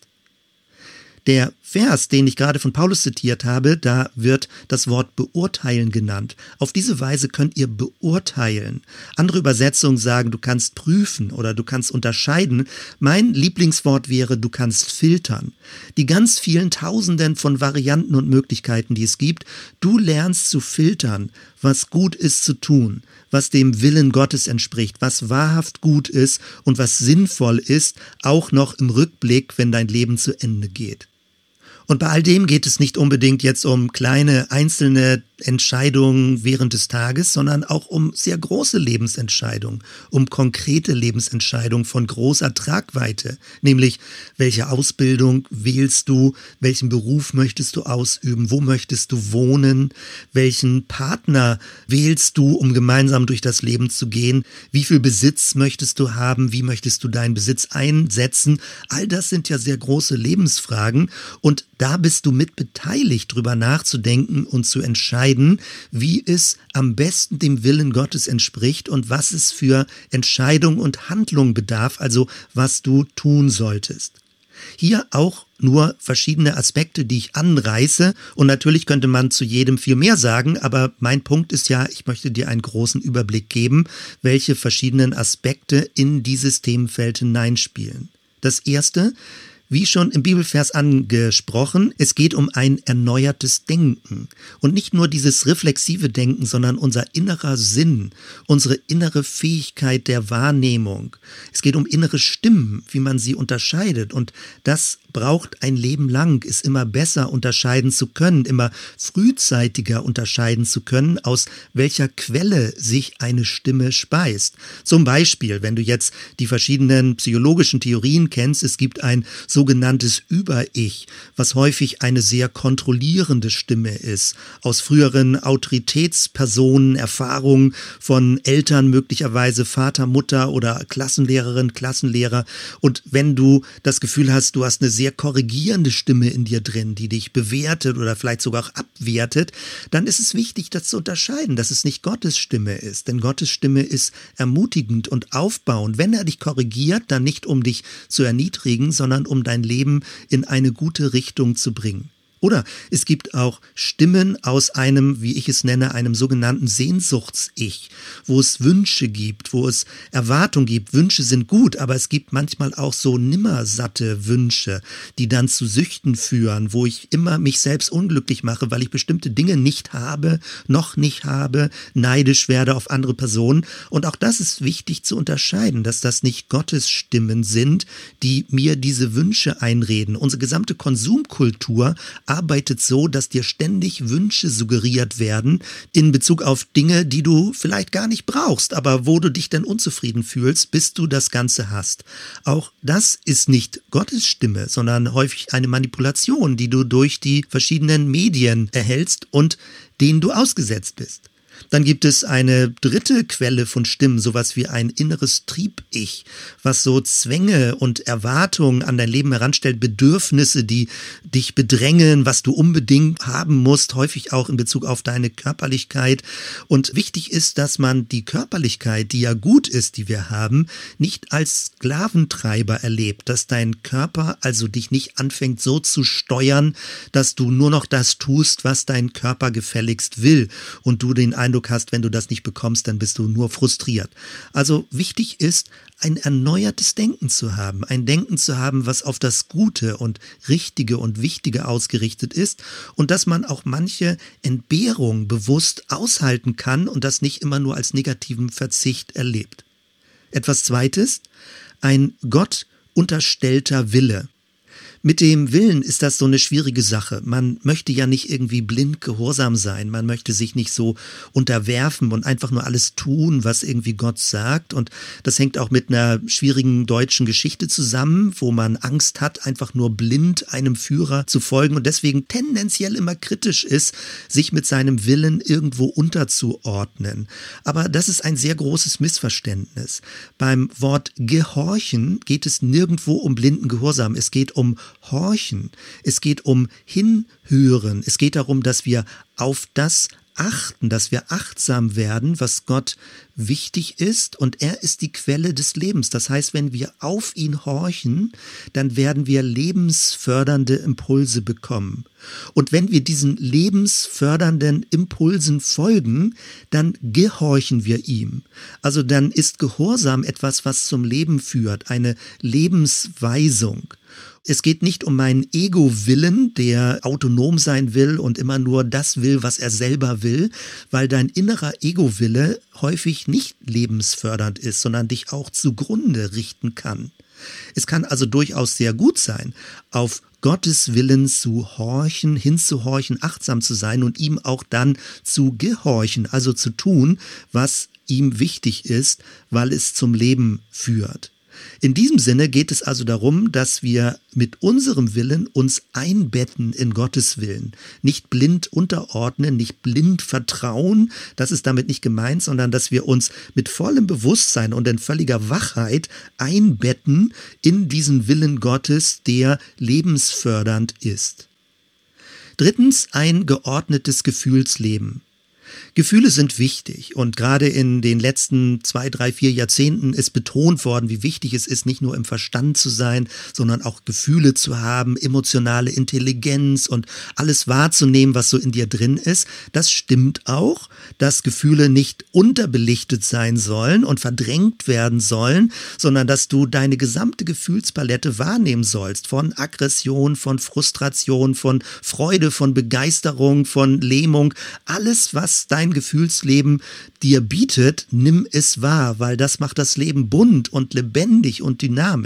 Der Vers, den ich gerade von Paulus zitiert habe, da wird das Wort beurteilen genannt. Auf diese Weise könnt ihr beurteilen. Andere Übersetzungen sagen, du kannst prüfen oder du kannst unterscheiden. Mein Lieblingswort wäre, du kannst filtern. Die ganz vielen Tausenden von Varianten und Möglichkeiten, die es gibt, du lernst zu filtern, was gut ist zu tun, was dem Willen Gottes entspricht, was wahrhaft gut ist und was sinnvoll ist, auch noch im Rückblick, wenn dein Leben zu Ende geht. Und bei all dem geht es nicht unbedingt jetzt um kleine einzelne Entscheidungen während des Tages, sondern auch um sehr große Lebensentscheidungen, um konkrete Lebensentscheidungen von großer Tragweite, nämlich welche Ausbildung wählst du, welchen Beruf möchtest du ausüben, wo möchtest du wohnen, welchen Partner wählst du, um gemeinsam durch das Leben zu gehen, wie viel Besitz möchtest du haben, wie möchtest du deinen Besitz einsetzen, all das sind ja sehr große Lebensfragen und da bist du mit beteiligt, drüber nachzudenken und zu entscheiden, wie es am besten dem Willen Gottes entspricht und was es für Entscheidung und Handlung bedarf, also was du tun solltest. Hier auch nur verschiedene Aspekte, die ich anreiße und natürlich könnte man zu jedem viel mehr sagen, aber mein Punkt ist ja, ich möchte dir einen großen Überblick geben, welche verschiedenen Aspekte in dieses Themenfeld hineinspielen. Das erste: Wie schon im Bibelvers angesprochen, es geht um ein erneuertes Denken. Und nicht nur dieses reflexive Denken, sondern unser innerer Sinn, unsere innere Fähigkeit der Wahrnehmung. Es geht um innere Stimmen, wie man sie unterscheidet. Und das braucht ein Leben lang, es immer besser unterscheiden zu können, immer frühzeitiger unterscheiden zu können, aus welcher Quelle sich eine Stimme speist. Zum Beispiel, wenn du jetzt die verschiedenen psychologischen Theorien kennst, es gibt ein sogenanntes Über-Ich, was häufig eine sehr kontrollierende Stimme ist, aus früheren Autoritätspersonen, Erfahrungen von Eltern, möglicherweise Vater, Mutter oder Klassenlehrerin, Klassenlehrer. Und wenn du das Gefühl hast, du hast eine sehr korrigierende Stimme in dir drin, die dich bewertet oder vielleicht sogar auch abwertet, dann ist es wichtig, das zu unterscheiden, dass es nicht Gottes Stimme ist. Denn Gottes Stimme ist ermutigend und aufbauend. Wenn er dich korrigiert, dann nicht um dich zu erniedrigen, sondern um dein Leben in eine gute Richtung zu bringen. Oder es gibt auch Stimmen aus einem, wie ich es nenne, einem sogenannten Sehnsuchts-Ich, wo es Wünsche gibt, wo es Erwartungen gibt. Wünsche sind gut, aber es gibt manchmal auch so nimmersatte Wünsche, die dann zu Süchten führen, wo ich immer mich selbst unglücklich mache, weil ich bestimmte Dinge nicht habe, noch nicht habe, neidisch werde auf andere Personen. Und auch das ist wichtig zu unterscheiden, dass das nicht Gottes Stimmen sind, die mir diese Wünsche einreden. Unsere gesamte Konsumkultur arbeitet so, dass dir ständig Wünsche suggeriert werden in Bezug auf Dinge, die du vielleicht gar nicht brauchst, aber wo du dich dann unzufrieden fühlst, bis du das Ganze hast. Auch das ist nicht Gottes Stimme, sondern häufig eine Manipulation, die du durch die verschiedenen Medien erhältst und denen du ausgesetzt bist. Dann gibt es eine dritte Quelle von Stimmen, sowas wie ein inneres Trieb-Ich, was so Zwänge und Erwartungen an dein Leben heranstellt, Bedürfnisse, die dich bedrängen, was du unbedingt haben musst, häufig auch in Bezug auf deine Körperlichkeit. Und wichtig ist, dass man die Körperlichkeit, die ja gut ist, die wir haben, nicht als Sklaventreiber erlebt, dass dein Körper also dich nicht anfängt so zu steuern, dass du nur noch das tust, was dein Körper gefälligst will und du den Eindruck hast, wenn du das nicht bekommst, dann bist du nur frustriert. Also wichtig ist, ein erneuertes Denken zu haben, ein Denken zu haben, was auf das Gute und Richtige und Wichtige ausgerichtet ist und dass man auch manche Entbehrung bewusst aushalten kann und das nicht immer nur als negativen Verzicht erlebt. Etwas Zweites, ein Gott unterstellter Wille. Mit dem Willen ist das so eine schwierige Sache. Man möchte ja nicht irgendwie blind gehorsam sein. Man möchte sich nicht so unterwerfen und einfach nur alles tun, was irgendwie Gott sagt. Und das hängt auch mit einer schwierigen deutschen Geschichte zusammen, wo man Angst hat, einfach nur blind einem Führer zu folgen und deswegen tendenziell immer kritisch ist, sich mit seinem Willen irgendwo unterzuordnen. Aber das ist ein sehr großes Missverständnis. Beim Wort gehorchen geht es nirgendwo um blinden Gehorsam. Es geht um Horchen. Es geht um Hinhören. Es geht darum, dass wir auf das achten, dass wir achtsam werden, was Gott wichtig ist, und er ist die Quelle des Lebens. Das heißt, wenn wir auf ihn horchen, dann werden wir lebensfördernde Impulse bekommen. Und wenn wir diesen lebensfördernden Impulsen folgen, dann gehorchen wir ihm. Also dann ist Gehorsam etwas, was zum Leben führt, eine Lebensweisung. Es geht nicht um meinen Ego-Willen, der autonom sein will und immer nur das will, was er selber will, weil dein innerer Ego-Wille häufig nicht lebensfördernd ist, sondern dich auch zugrunde richten kann. Es kann also durchaus sehr gut sein, auf Gottes Willen zu horchen, hinzuhorchen, achtsam zu sein und ihm auch dann zu gehorchen, also zu tun, was ihm wichtig ist, weil es zum Leben führt. In diesem Sinne geht es also darum, dass wir mit unserem Willen uns einbetten in Gottes Willen. Nicht blind unterordnen, nicht blind vertrauen, das ist damit nicht gemeint, sondern dass wir uns mit vollem Bewusstsein und in völliger Wachheit einbetten in diesen Willen Gottes, der lebensfördernd ist. Drittens, ein geordnetes Gefühlsleben. Gefühle sind wichtig und gerade in den letzten zwei, drei, vier Jahrzehnten ist betont worden, wie wichtig es ist, nicht nur im Verstand zu sein, sondern auch Gefühle zu haben, emotionale Intelligenz und alles wahrzunehmen, was so in dir drin ist. Das stimmt auch, dass Gefühle nicht unterbelichtet sein sollen und verdrängt werden sollen, sondern dass du deine gesamte Gefühlspalette wahrnehmen sollst, von Aggression, von Frustration, von Freude, von Begeisterung, von Lähmung, alles, was dein Gefühlsleben dir bietet, nimm es wahr, weil das macht das Leben bunt und lebendig und dynamisch.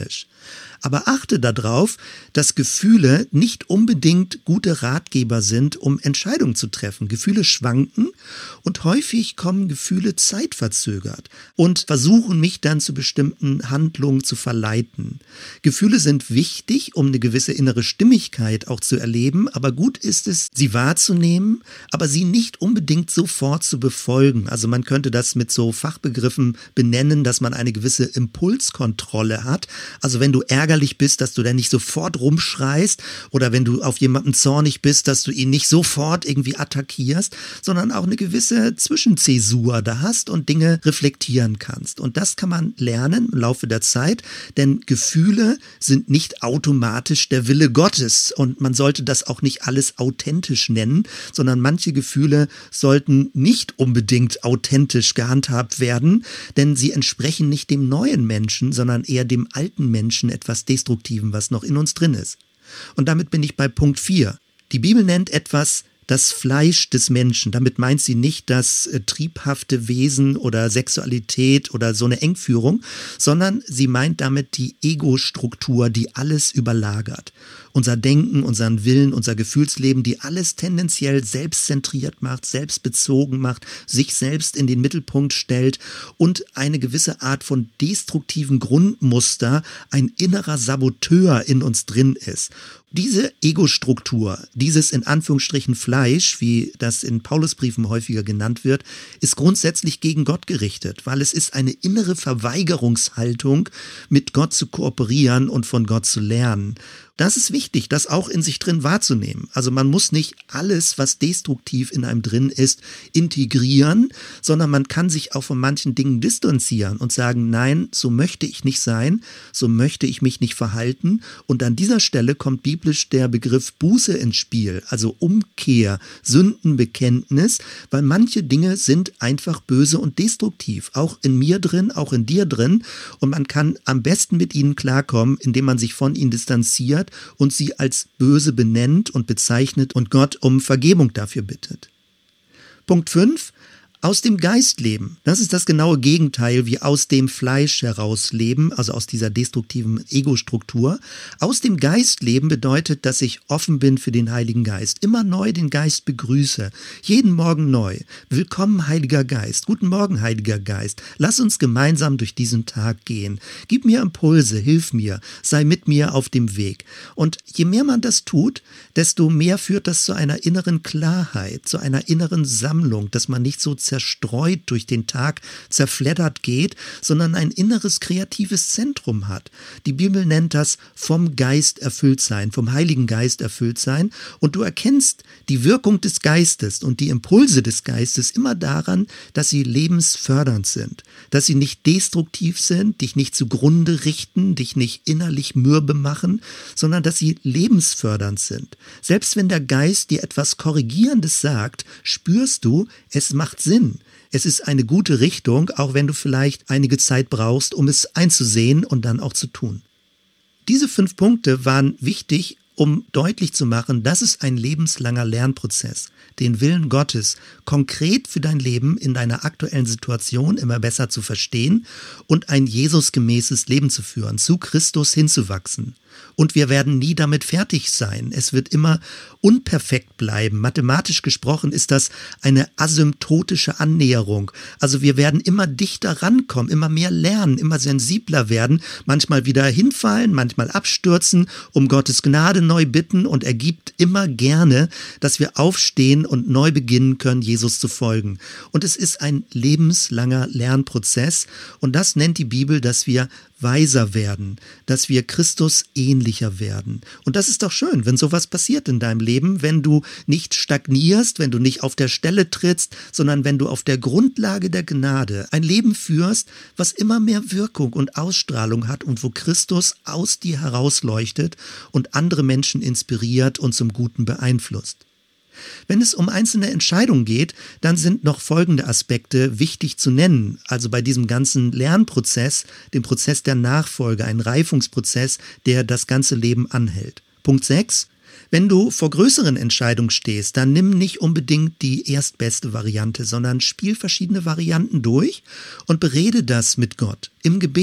Aber achte darauf, dass Gefühle nicht unbedingt gute Ratgeber sind, um Entscheidungen zu treffen. Gefühle schwanken und häufig kommen Gefühle zeitverzögert und versuchen mich dann zu bestimmten Handlungen zu verleiten. Gefühle sind wichtig, um eine gewisse innere Stimmigkeit auch zu erleben, aber gut ist es, sie wahrzunehmen, aber sie nicht unbedingt sofort zu befolgen. Also man könnte das mit so Fachbegriffen benennen, dass man eine gewisse Impulskontrolle hat. Also wenn du ärgerlich bist, dass du dann nicht sofort rumschreist oder wenn du auf jemanden zornig bist, dass du ihn nicht sofort irgendwie attackierst, sondern auch eine gewisse Zwischenzäsur da hast und Dinge reflektieren kannst. Und das kann man lernen im Laufe der Zeit, denn Gefühle sind nicht automatisch der Wille Gottes und man sollte das auch nicht alles authentisch nennen, sondern manche Gefühle sollten nicht unbedingt authentisch gehandhabt werden, denn sie entsprechen nicht dem neuen Menschen, sondern eher dem alten Menschen, etwas Destruktiven, was noch in uns drin ist. Und damit bin ich bei Punkt vier. Die Bibel nennt etwas das Fleisch des Menschen. Damit meint sie nicht das äh, triebhafte Wesen oder Sexualität oder so eine Engführung, sondern sie meint damit die Ego-Struktur, die alles überlagert. Unser Denken, unseren Willen, unser Gefühlsleben, die alles tendenziell selbstzentriert macht, selbstbezogen macht, sich selbst in den Mittelpunkt stellt und eine gewisse Art von destruktiven Grundmuster, ein innerer Saboteur in uns drin ist. Diese Ego-Struktur, dieses in Anführungsstrichen Fleisch, wie das in Paulusbriefen häufiger genannt wird, ist grundsätzlich gegen Gott gerichtet, weil es ist eine innere Verweigerungshaltung, mit Gott zu kooperieren und von Gott zu lernen. Das ist wichtig, das auch in sich drin wahrzunehmen. Also man muss nicht alles, was destruktiv in einem drin ist, integrieren, sondern man kann sich auch von manchen Dingen distanzieren und sagen, nein, so möchte ich nicht sein, so möchte ich mich nicht verhalten. Und an dieser Stelle kommt biblisch der Begriff Buße ins Spiel, also Umkehr, Sündenbekenntnis, weil manche Dinge sind einfach böse und destruktiv, auch in mir drin, auch in dir drin. Und man kann am besten mit ihnen klarkommen, indem man sich von ihnen distanziert und sie als böse benennt und bezeichnet und Gott um Vergebung dafür bittet. Punkt fünf. Aus dem Geist leben. Das ist das genaue Gegenteil wie aus dem Fleisch heraus leben, also aus dieser destruktiven Ego-Struktur. Aus dem Geist leben bedeutet, dass ich offen bin für den Heiligen Geist. Immer neu den Geist begrüße. Jeden Morgen neu. Willkommen, Heiliger Geist. Guten Morgen, Heiliger Geist. Lass uns gemeinsam durch diesen Tag gehen. Gib mir Impulse, hilf mir, sei mit mir auf dem Weg. Und je mehr man das tut, desto mehr führt das zu einer inneren Klarheit, zu einer inneren Sammlung, dass man nicht so zerstreut durch den Tag zerfleddert geht, sondern ein inneres kreatives Zentrum hat. Die Bibel nennt das vom Geist erfüllt sein, vom Heiligen Geist erfüllt sein und du erkennst die Wirkung des Geistes und die Impulse des Geistes immer daran, dass sie lebensfördernd sind, dass sie nicht destruktiv sind, dich nicht zugrunde richten, dich nicht innerlich mürbe machen, sondern dass sie lebensfördernd sind. Selbst wenn der Geist dir etwas Korrigierendes sagt, spürst du, es macht Sinn. Es ist eine gute Richtung, auch wenn du vielleicht einige Zeit brauchst, um es einzusehen und dann auch zu tun. Diese fünf Punkte waren wichtig, um deutlich zu machen, das ist ein lebenslanger Lernprozess, den Willen Gottes konkret für dein Leben in deiner aktuellen Situation immer besser zu verstehen und ein Jesusgemäßes Leben zu führen, zu Christus hinzuwachsen. Und wir werden nie damit fertig sein. Es wird immer unperfekt bleiben. Mathematisch gesprochen ist das eine asymptotische Annäherung. Also wir werden immer dichter rankommen, immer mehr lernen, immer sensibler werden, manchmal wieder hinfallen, manchmal abstürzen, um Gottes Gnade neu bitten und er gibt immer gerne, dass wir aufstehen und neu beginnen können, Jesus zu folgen. Und es ist ein lebenslanger Lernprozess und das nennt die Bibel, dass wir weiser werden, dass wir Christus ähnlicher werden. Und das ist doch schön, wenn sowas passiert in deinem Leben, wenn du nicht stagnierst, wenn du nicht auf der Stelle trittst, sondern wenn du auf der Grundlage der Gnade ein Leben führst, was immer mehr Wirkung und Ausstrahlung hat und wo Christus aus dir herausleuchtet und andere Menschen inspiriert und zum Guten beeinflusst. Wenn es um einzelne Entscheidungen geht, dann sind noch folgende Aspekte wichtig zu nennen. Also bei diesem ganzen Lernprozess, dem Prozess der Nachfolge, ein Reifungsprozess, der das ganze Leben anhält. Punkt sechs. Wenn du vor größeren Entscheidungen stehst, dann nimm nicht unbedingt die erstbeste Variante, sondern spiel verschiedene Varianten durch und berede das mit Gott im Gebet.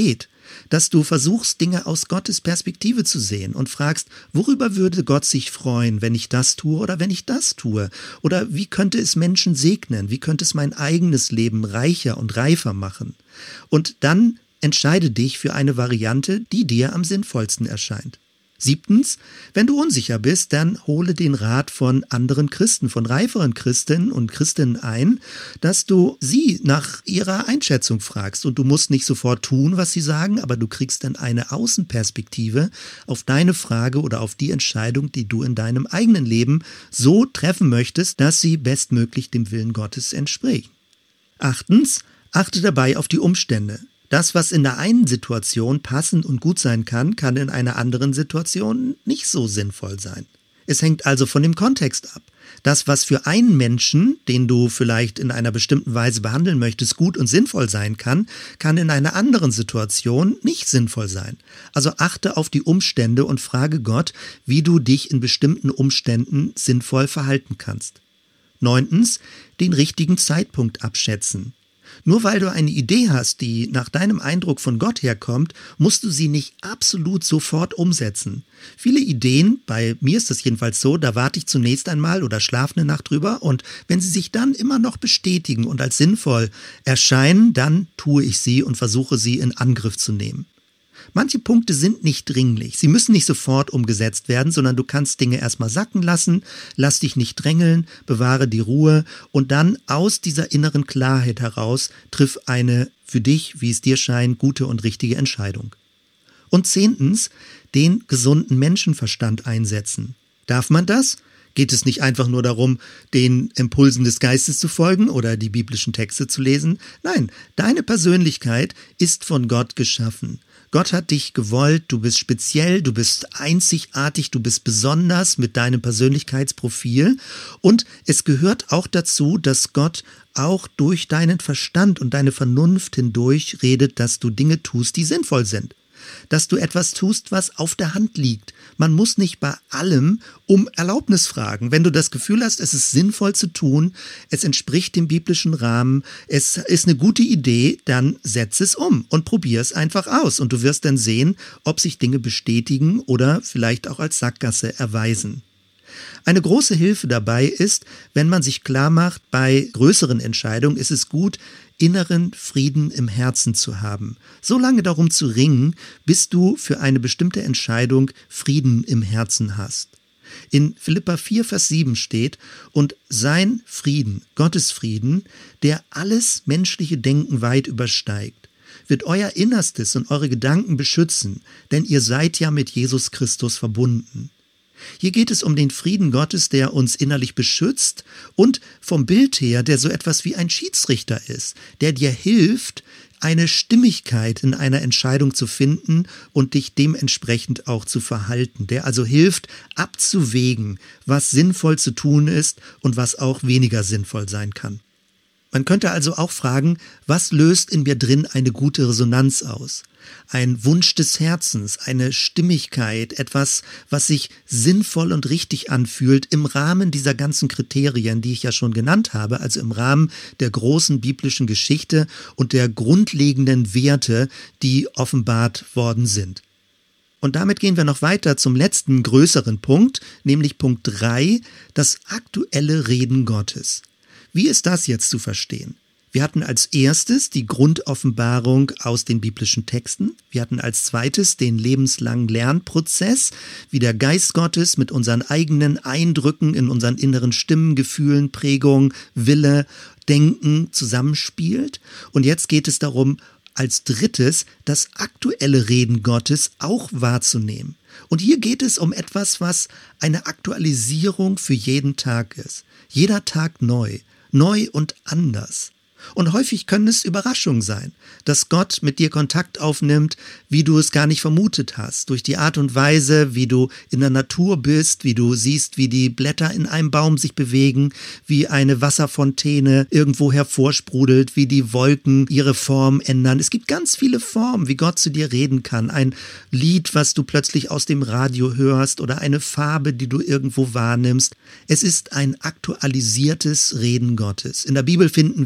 dass du versuchst, Dinge aus Gottes Perspektive zu sehen und fragst, worüber würde Gott sich freuen, wenn ich das tue oder wenn ich das tue? Oder wie könnte es Menschen segnen? Wie könnte es mein eigenes Leben reicher und reifer machen? Und dann entscheide dich für eine Variante, die dir am sinnvollsten erscheint. Siebtens, wenn du unsicher bist, dann hole den Rat von anderen Christen, von reiferen Christen und Christinnen ein, dass du sie nach ihrer Einschätzung fragst. Und du musst nicht sofort tun, was sie sagen, aber du kriegst dann eine Außenperspektive auf deine Frage oder auf die Entscheidung, die du in deinem eigenen Leben so treffen möchtest, dass sie bestmöglich dem Willen Gottes entspricht. Achtens, achte dabei auf die Umstände. Das, was in der einen Situation passend und gut sein kann, kann in einer anderen Situation nicht so sinnvoll sein. Es hängt also von dem Kontext ab. Das, was für einen Menschen, den du vielleicht in einer bestimmten Weise behandeln möchtest, gut und sinnvoll sein kann, kann in einer anderen Situation nicht sinnvoll sein. Also achte auf die Umstände und frage Gott, wie du dich in bestimmten Umständen sinnvoll verhalten kannst. Neuntens, den richtigen Zeitpunkt abschätzen. Nur weil du eine Idee hast, die nach deinem Eindruck von Gott herkommt, musst du sie nicht absolut sofort umsetzen. Viele Ideen, bei mir ist das jedenfalls so, da warte ich zunächst einmal oder schlafe eine Nacht drüber und wenn sie sich dann immer noch bestätigen und als sinnvoll erscheinen, dann tue ich sie und versuche sie in Angriff zu nehmen. Manche Punkte sind nicht dringlich. Sie müssen nicht sofort umgesetzt werden, sondern du kannst Dinge erstmal sacken lassen, lass dich nicht drängeln, bewahre die Ruhe und dann aus dieser inneren Klarheit heraus triff eine für dich, wie es dir scheint, gute und richtige Entscheidung. Und zehntens, den gesunden Menschenverstand einsetzen. Darf man das? Geht es nicht einfach nur darum, den Impulsen des Geistes zu folgen oder die biblischen Texte zu lesen? Nein, deine Persönlichkeit ist von Gott geschaffen. Gott hat dich gewollt, du bist speziell, du bist einzigartig, du bist besonders mit deinem Persönlichkeitsprofil und es gehört auch dazu, dass Gott auch durch deinen Verstand und deine Vernunft hindurch redet, dass du Dinge tust, die sinnvoll sind. Dass du etwas tust, was auf der Hand liegt. Man muss nicht bei allem um Erlaubnis fragen. Wenn du das Gefühl hast, es ist sinnvoll zu tun, es entspricht dem biblischen Rahmen, es ist eine gute Idee, dann setz es um und probier es einfach aus. Und du wirst dann sehen, ob sich Dinge bestätigen oder vielleicht auch als Sackgasse erweisen. Eine große Hilfe dabei ist, wenn man sich klar macht, bei größeren Entscheidungen ist es gut, inneren Frieden im Herzen zu haben. So lange darum zu ringen, bis du für eine bestimmte Entscheidung Frieden im Herzen hast. In Philipper vier, Vers sieben steht, und sein Frieden, Gottes Frieden, der alles menschliche Denken weit übersteigt, wird euer Innerstes und eure Gedanken beschützen, denn ihr seid ja mit Jesus Christus verbunden. Hier geht es um den Frieden Gottes, der uns innerlich beschützt und vom Bild her, der so etwas wie ein Schiedsrichter ist, der dir hilft, eine Stimmigkeit in einer Entscheidung zu finden und dich dementsprechend auch zu verhalten, der also hilft, abzuwägen, was sinnvoll zu tun ist und was auch weniger sinnvoll sein kann. Man könnte also auch fragen, was löst in mir drin eine gute Resonanz aus? Ein Wunsch des Herzens, eine Stimmigkeit, etwas, was sich sinnvoll und richtig anfühlt im Rahmen dieser ganzen Kriterien, die ich ja schon genannt habe, also im Rahmen der großen biblischen Geschichte und der grundlegenden Werte, die offenbart worden sind. Und damit gehen wir noch weiter zum letzten größeren Punkt, nämlich Punkt drei, das aktuelle Reden Gottes. Wie ist das jetzt zu verstehen? Wir hatten als erstes die Grundoffenbarung aus den biblischen Texten. Wir hatten als zweites den lebenslangen Lernprozess, wie der Geist Gottes mit unseren eigenen Eindrücken in unseren inneren Stimmen, Gefühlen, Prägung, Wille, Denken zusammenspielt. Und jetzt geht es darum, als drittes das aktuelle Reden Gottes auch wahrzunehmen. Und hier geht es um etwas, was eine Aktualisierung für jeden Tag ist. Jeder Tag neu, neu und anders. Und häufig können es Überraschungen sein, dass Gott mit dir Kontakt aufnimmt, wie du es gar nicht vermutet hast, durch die Art und Weise, wie du in der Natur bist, wie du siehst, wie die Blätter in einem Baum sich bewegen, wie eine Wasserfontäne irgendwo hervorsprudelt, wie die Wolken ihre Form ändern. Es gibt ganz viele Formen, wie Gott zu dir reden kann. Ein Lied, was du plötzlich aus dem Radio hörst oder eine Farbe, die du irgendwo wahrnimmst. Es ist ein aktualisiertes Reden Gottes. In der Bibel finden wir sehr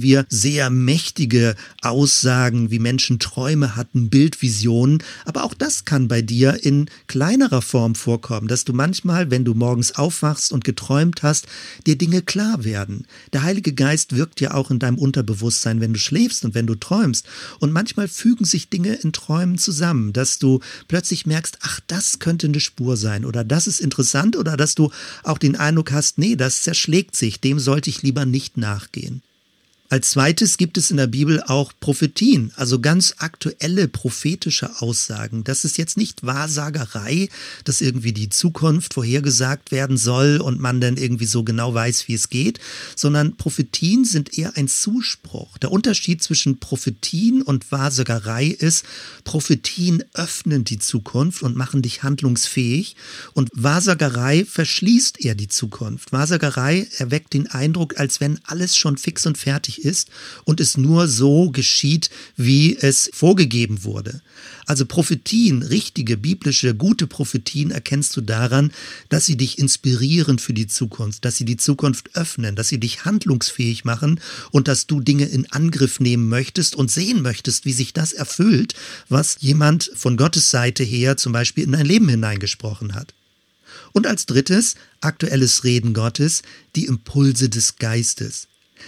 sehr mächtige Aussagen, wie Menschen Träume hatten, Bildvisionen. Aber auch das kann bei dir in kleinerer Form vorkommen, dass du manchmal, wenn du morgens aufwachst und geträumt hast, dir Dinge klar werden. Der Heilige Geist wirkt ja auch in deinem Unterbewusstsein, wenn du schläfst und wenn du träumst. Und manchmal fügen sich Dinge in Träumen zusammen, dass du plötzlich merkst, ach, das könnte eine Spur sein oder das ist interessant oder dass du auch den Eindruck hast, nee, das zerschlägt sich, dem sollte ich lieber nicht nachgehen. Als zweites gibt es in der Bibel auch Prophetien, also ganz aktuelle prophetische Aussagen. Das ist jetzt nicht Wahrsagerei, dass irgendwie die Zukunft vorhergesagt werden soll und man dann irgendwie so genau weiß, wie es geht, sondern Prophetien sind eher ein Zuspruch. Der Unterschied zwischen Prophetien und Wahrsagerei ist, Prophetien öffnen die Zukunft und machen dich handlungsfähig und Wahrsagerei verschließt eher die Zukunft. Wahrsagerei erweckt den Eindruck, als wenn alles schon fix und fertig ist und es nur so geschieht, wie es vorgegeben wurde. Also Prophetien, richtige, biblische, gute Prophetien erkennst du daran, dass sie dich inspirieren für die Zukunft, dass sie die Zukunft öffnen, dass sie dich handlungsfähig machen und dass du Dinge in Angriff nehmen möchtest und sehen möchtest, wie sich das erfüllt, was jemand von Gottes Seite her zum Beispiel in dein Leben hineingesprochen hat. Und als drittes, aktuelles Reden Gottes, die Impulse des Geistes.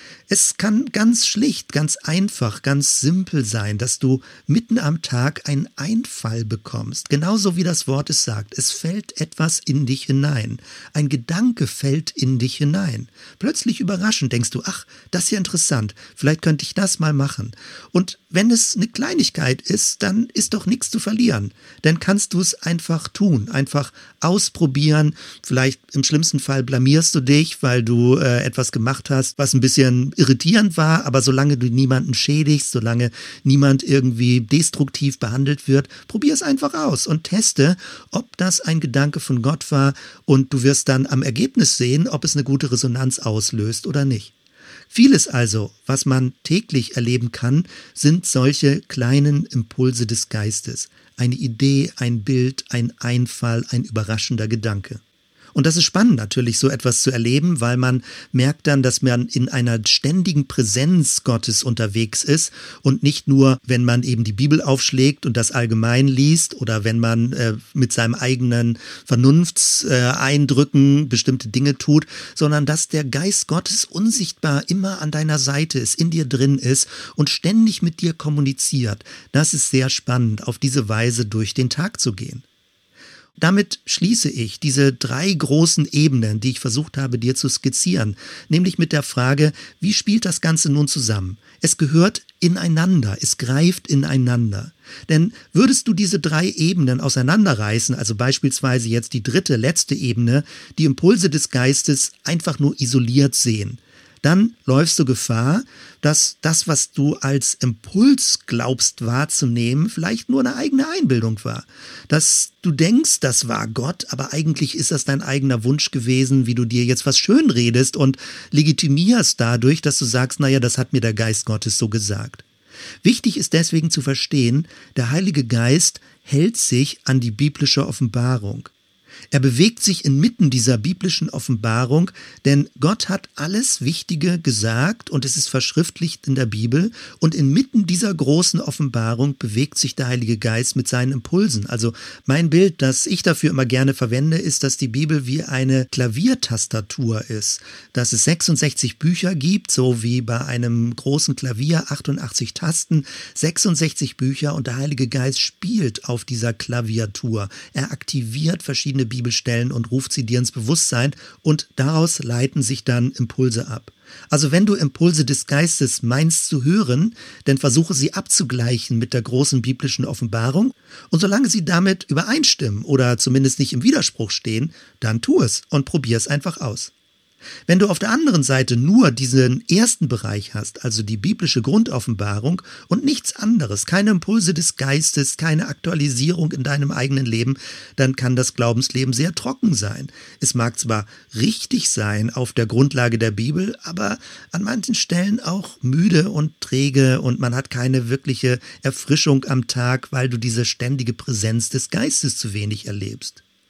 Es kann ganz schlicht, ganz einfach, ganz simpel sein, dass du mitten am Tag einen Einfall bekommst. Genauso wie das Wort es sagt. Es fällt etwas in dich hinein. Ein Gedanke fällt in dich hinein. Plötzlich überraschend denkst du, ach, das ist ja interessant. Vielleicht könnte ich das mal machen. Und wenn es eine Kleinigkeit ist, dann ist doch nichts zu verlieren. Dann kannst du es einfach tun, einfach ausprobieren. Vielleicht im schlimmsten Fall blamierst du dich, weil du äh, etwas gemacht hast, was ein bisschen irritierend war, aber solange du niemanden schädigst, solange niemand irgendwie destruktiv behandelt wird, probier es einfach aus und teste, ob das ein Gedanke von Gott war und du wirst dann am Ergebnis sehen, ob es eine gute Resonanz auslöst oder nicht. Vieles also, was man täglich erleben kann, sind solche kleinen Impulse des Geistes. Eine Idee, ein Bild, ein Einfall, ein überraschender Gedanke. Und das ist spannend natürlich, so etwas zu erleben, weil man merkt dann, dass man in einer ständigen Präsenz Gottes unterwegs ist und nicht nur, wenn man eben die Bibel aufschlägt und das allgemein liest oder wenn man äh, mit seinem eigenen Vernunftseindrücken äh, bestimmte Dinge tut, sondern dass der Geist Gottes unsichtbar immer an deiner Seite ist, in dir drin ist und ständig mit dir kommuniziert. Das ist sehr spannend, auf diese Weise durch den Tag zu gehen. Damit schließe ich diese drei großen Ebenen, die ich versucht habe, dir zu skizzieren, nämlich mit der Frage, wie spielt das Ganze nun zusammen? Es gehört ineinander, es greift ineinander. Denn würdest du diese drei Ebenen auseinanderreißen, also beispielsweise jetzt die dritte, letzte Ebene, die Impulse des Geistes einfach nur isoliert sehen, dann läufst du Gefahr, dass das, was du als Impuls glaubst wahrzunehmen, vielleicht nur eine eigene Einbildung war. Dass du denkst, das war Gott, aber eigentlich ist das dein eigener Wunsch gewesen, wie du dir jetzt was schönredest und legitimierst dadurch, dass du sagst, naja, das hat mir der Geist Gottes so gesagt. Wichtig ist deswegen zu verstehen, der Heilige Geist hält sich an die biblische Offenbarung. Er bewegt sich inmitten dieser biblischen Offenbarung, denn Gott hat alles Wichtige gesagt und es ist verschriftlicht in der Bibel und inmitten dieser großen Offenbarung bewegt sich der Heilige Geist mit seinen Impulsen. Also mein Bild, das ich dafür immer gerne verwende, ist, dass die Bibel wie eine Klaviertastatur ist, dass es sechsundsechzig Bücher gibt, so wie bei einem großen Klavier, achtundachtzig Tasten, sechsundsechzig Bücher und der Heilige Geist spielt auf dieser Klaviatur. Er aktiviert verschiedene Bibelstellen und ruft sie dir ins Bewusstsein und daraus leiten sich dann Impulse ab. Also wenn du Impulse des Geistes meinst zu hören, dann versuche sie abzugleichen mit der großen biblischen Offenbarung und solange sie damit übereinstimmen oder zumindest nicht im Widerspruch stehen, dann tu es und probier es einfach aus. Wenn du auf der anderen Seite nur diesen ersten Bereich hast, also die biblische Grundoffenbarung und nichts anderes, keine Impulse des Geistes, keine Aktualisierung in deinem eigenen Leben, dann kann das Glaubensleben sehr trocken sein. Es mag zwar richtig sein auf der Grundlage der Bibel, aber an manchen Stellen auch müde und träge und man hat keine wirkliche Erfrischung am Tag, weil du diese ständige Präsenz des Geistes zu wenig erlebst.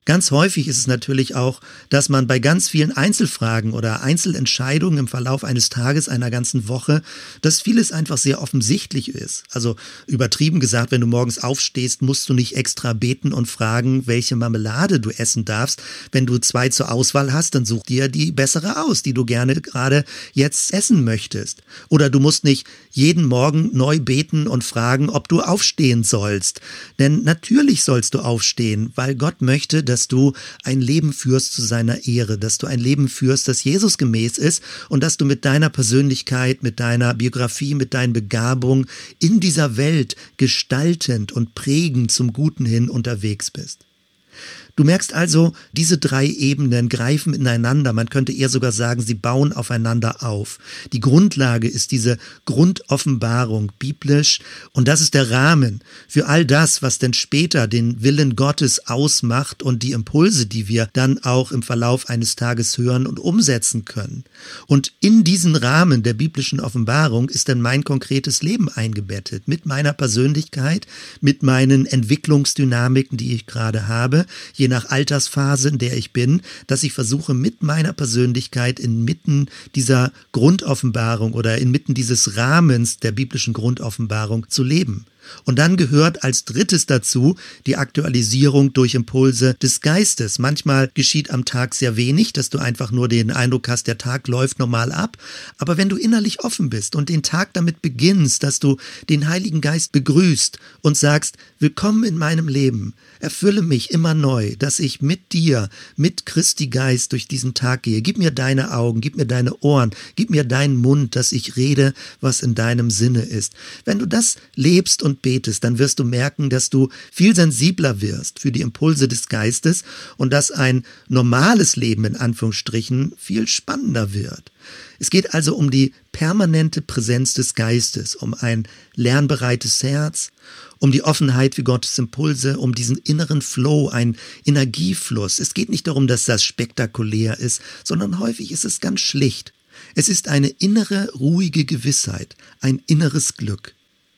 Ganz häufig ist es natürlich auch, dass man bei ganz vielen Einzelfragen oder Einzelentscheidungen im Verlauf eines Tages, einer ganzen Woche, dass vieles einfach sehr offensichtlich ist. Also übertrieben gesagt, wenn du morgens aufstehst, musst du nicht extra beten und fragen, welche Marmelade du essen darfst. Wenn du zwei zur Auswahl hast, dann such dir die bessere aus, die du gerne gerade jetzt essen möchtest. Oder du musst nicht jeden Morgen neu beten und fragen, ob du aufstehen sollst. Denn natürlich sollst du aufstehen, weil Gott möchte, dass dass du ein Leben führst zu seiner Ehre, dass du ein Leben führst, das Jesus gemäß ist und dass du mit deiner Persönlichkeit, mit deiner Biografie, mit deinen Begabungen in dieser Welt gestaltend und prägend zum Guten hin unterwegs bist. Du merkst also, diese drei Ebenen greifen ineinander. Man könnte eher sogar sagen, sie bauen aufeinander auf. Die Grundlage ist diese Grundoffenbarung biblisch und das ist der Rahmen für all das, was denn später den Willen Gottes ausmacht und die Impulse, die wir dann auch im Verlauf eines Tages hören und umsetzen können. Und in diesen Rahmen der biblischen Offenbarung ist dann mein konkretes Leben eingebettet, mit meiner Persönlichkeit, mit meinen Entwicklungsdynamiken, die ich gerade habe, je nach Altersphase, in der ich bin, dass ich versuche, mit meiner Persönlichkeit inmitten dieser Grundoffenbarung oder inmitten dieses Rahmens der biblischen Grundoffenbarung zu leben. Und dann gehört als drittes dazu die Aktualisierung durch Impulse des Geistes. Manchmal geschieht am Tag sehr wenig, dass du einfach nur den Eindruck hast, der Tag läuft normal ab. Aber wenn du innerlich offen bist und den Tag damit beginnst, dass du den Heiligen Geist begrüßt und sagst, willkommen in meinem Leben, erfülle mich immer neu, dass ich mit dir, mit Christi Geist durch diesen Tag gehe. Gib mir deine Augen, gib mir deine Ohren, gib mir deinen Mund, dass ich rede, was in deinem Sinne ist. Wenn du das lebst und betest, dann wirst du merken, dass du viel sensibler wirst für die Impulse des Geistes und dass ein normales Leben in Anführungsstrichen viel spannender wird. Es geht also um die permanente Präsenz des Geistes, um ein lernbereites Herz, um die Offenheit für Gottes Impulse, um diesen inneren Flow, einen Energiefluss. Es geht nicht darum, dass das spektakulär ist, sondern häufig ist es ganz schlicht. Es ist eine innere, ruhige Gewissheit, ein inneres Glück.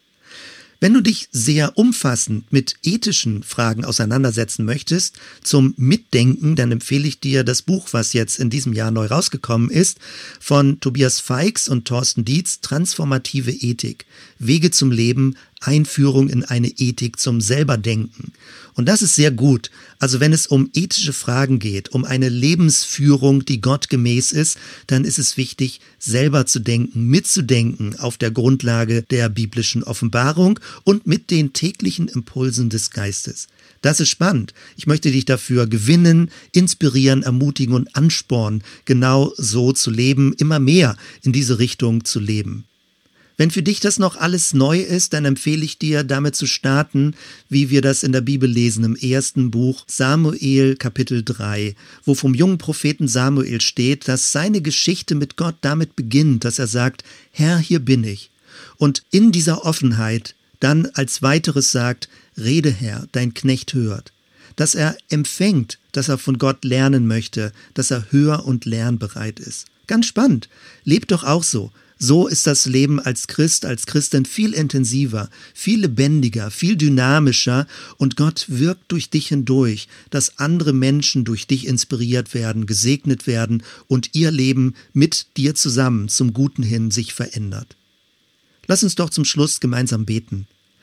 Wenn du dich sehr umfassend mit ethischen Fragen auseinandersetzen möchtest, zum Mitdenken, dann empfehle ich dir das Buch, was jetzt in diesem Jahr neu rausgekommen ist, von Tobias Feix und Thorsten Dietz, Transformative Ethik, Wege zum Leben, Einführung in eine Ethik zum Selberdenken. Und das ist sehr gut. Also wenn es um ethische Fragen geht, um eine Lebensführung, die Gott gemäß ist, dann ist es wichtig, selber zu denken, mitzudenken auf der Grundlage der biblischen Offenbarung und mit den täglichen Impulsen des Geistes. Das ist spannend. Ich möchte dich dafür gewinnen, inspirieren, ermutigen und anspornen, genau so zu leben, immer mehr in diese Richtung zu leben. Wenn für dich das noch alles neu ist, dann empfehle ich dir, damit zu starten, wie wir das in der Bibel lesen, im ersten Buch Samuel Kapitel drei, wo vom jungen Propheten Samuel steht, dass seine Geschichte mit Gott damit beginnt, dass er sagt, Herr, hier bin ich. Und in dieser Offenheit dann als weiteres sagt, rede Herr, dein Knecht hört. Dass er empfängt, dass er von Gott lernen möchte, dass er hör- und lernbereit ist. Ganz spannend. Lebt doch auch so. So ist das Leben als Christ, als Christin viel intensiver, viel lebendiger, viel dynamischer und Gott wirkt durch dich hindurch, dass andere Menschen durch dich inspiriert werden, gesegnet werden und ihr Leben mit dir zusammen zum Guten hin sich verändert. Lass uns doch zum Schluss gemeinsam beten.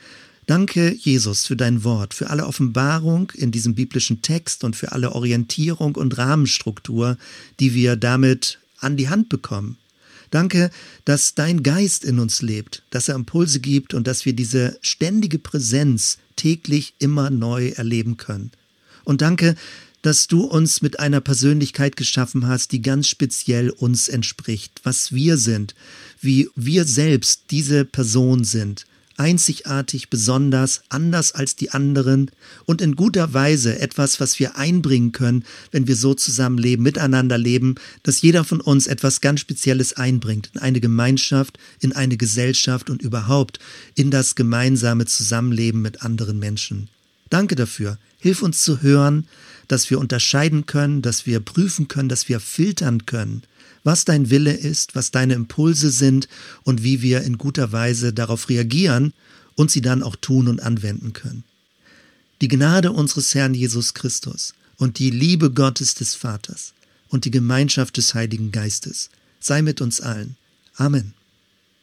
Danke, Jesus, für dein Wort, für alle Offenbarung in diesem biblischen Text und für alle Orientierung und Rahmenstruktur, die wir damit an die Hand bekommen. Danke, dass dein Geist in uns lebt, dass er Impulse gibt und dass wir diese ständige Präsenz täglich immer neu erleben können. Und danke, dass du uns mit einer Persönlichkeit geschaffen hast, die ganz speziell uns entspricht, was wir sind, wie wir selbst diese Person sind. Einzigartig, besonders, anders als die anderen und in guter Weise etwas, was wir einbringen können, wenn wir so zusammenleben, miteinander leben, dass jeder von uns etwas ganz Spezielles einbringt in eine Gemeinschaft, in eine Gesellschaft und überhaupt in das gemeinsame Zusammenleben mit anderen Menschen. Danke dafür. Hilf uns zu hören, dass wir unterscheiden können, dass wir prüfen können, dass wir filtern können, was dein Wille ist, was deine Impulse sind und wie wir in guter Weise darauf reagieren und sie dann auch tun und anwenden können. Die Gnade unseres Herrn Jesus Christus und die Liebe Gottes des Vaters und die Gemeinschaft des Heiligen Geistes sei mit uns allen. Amen.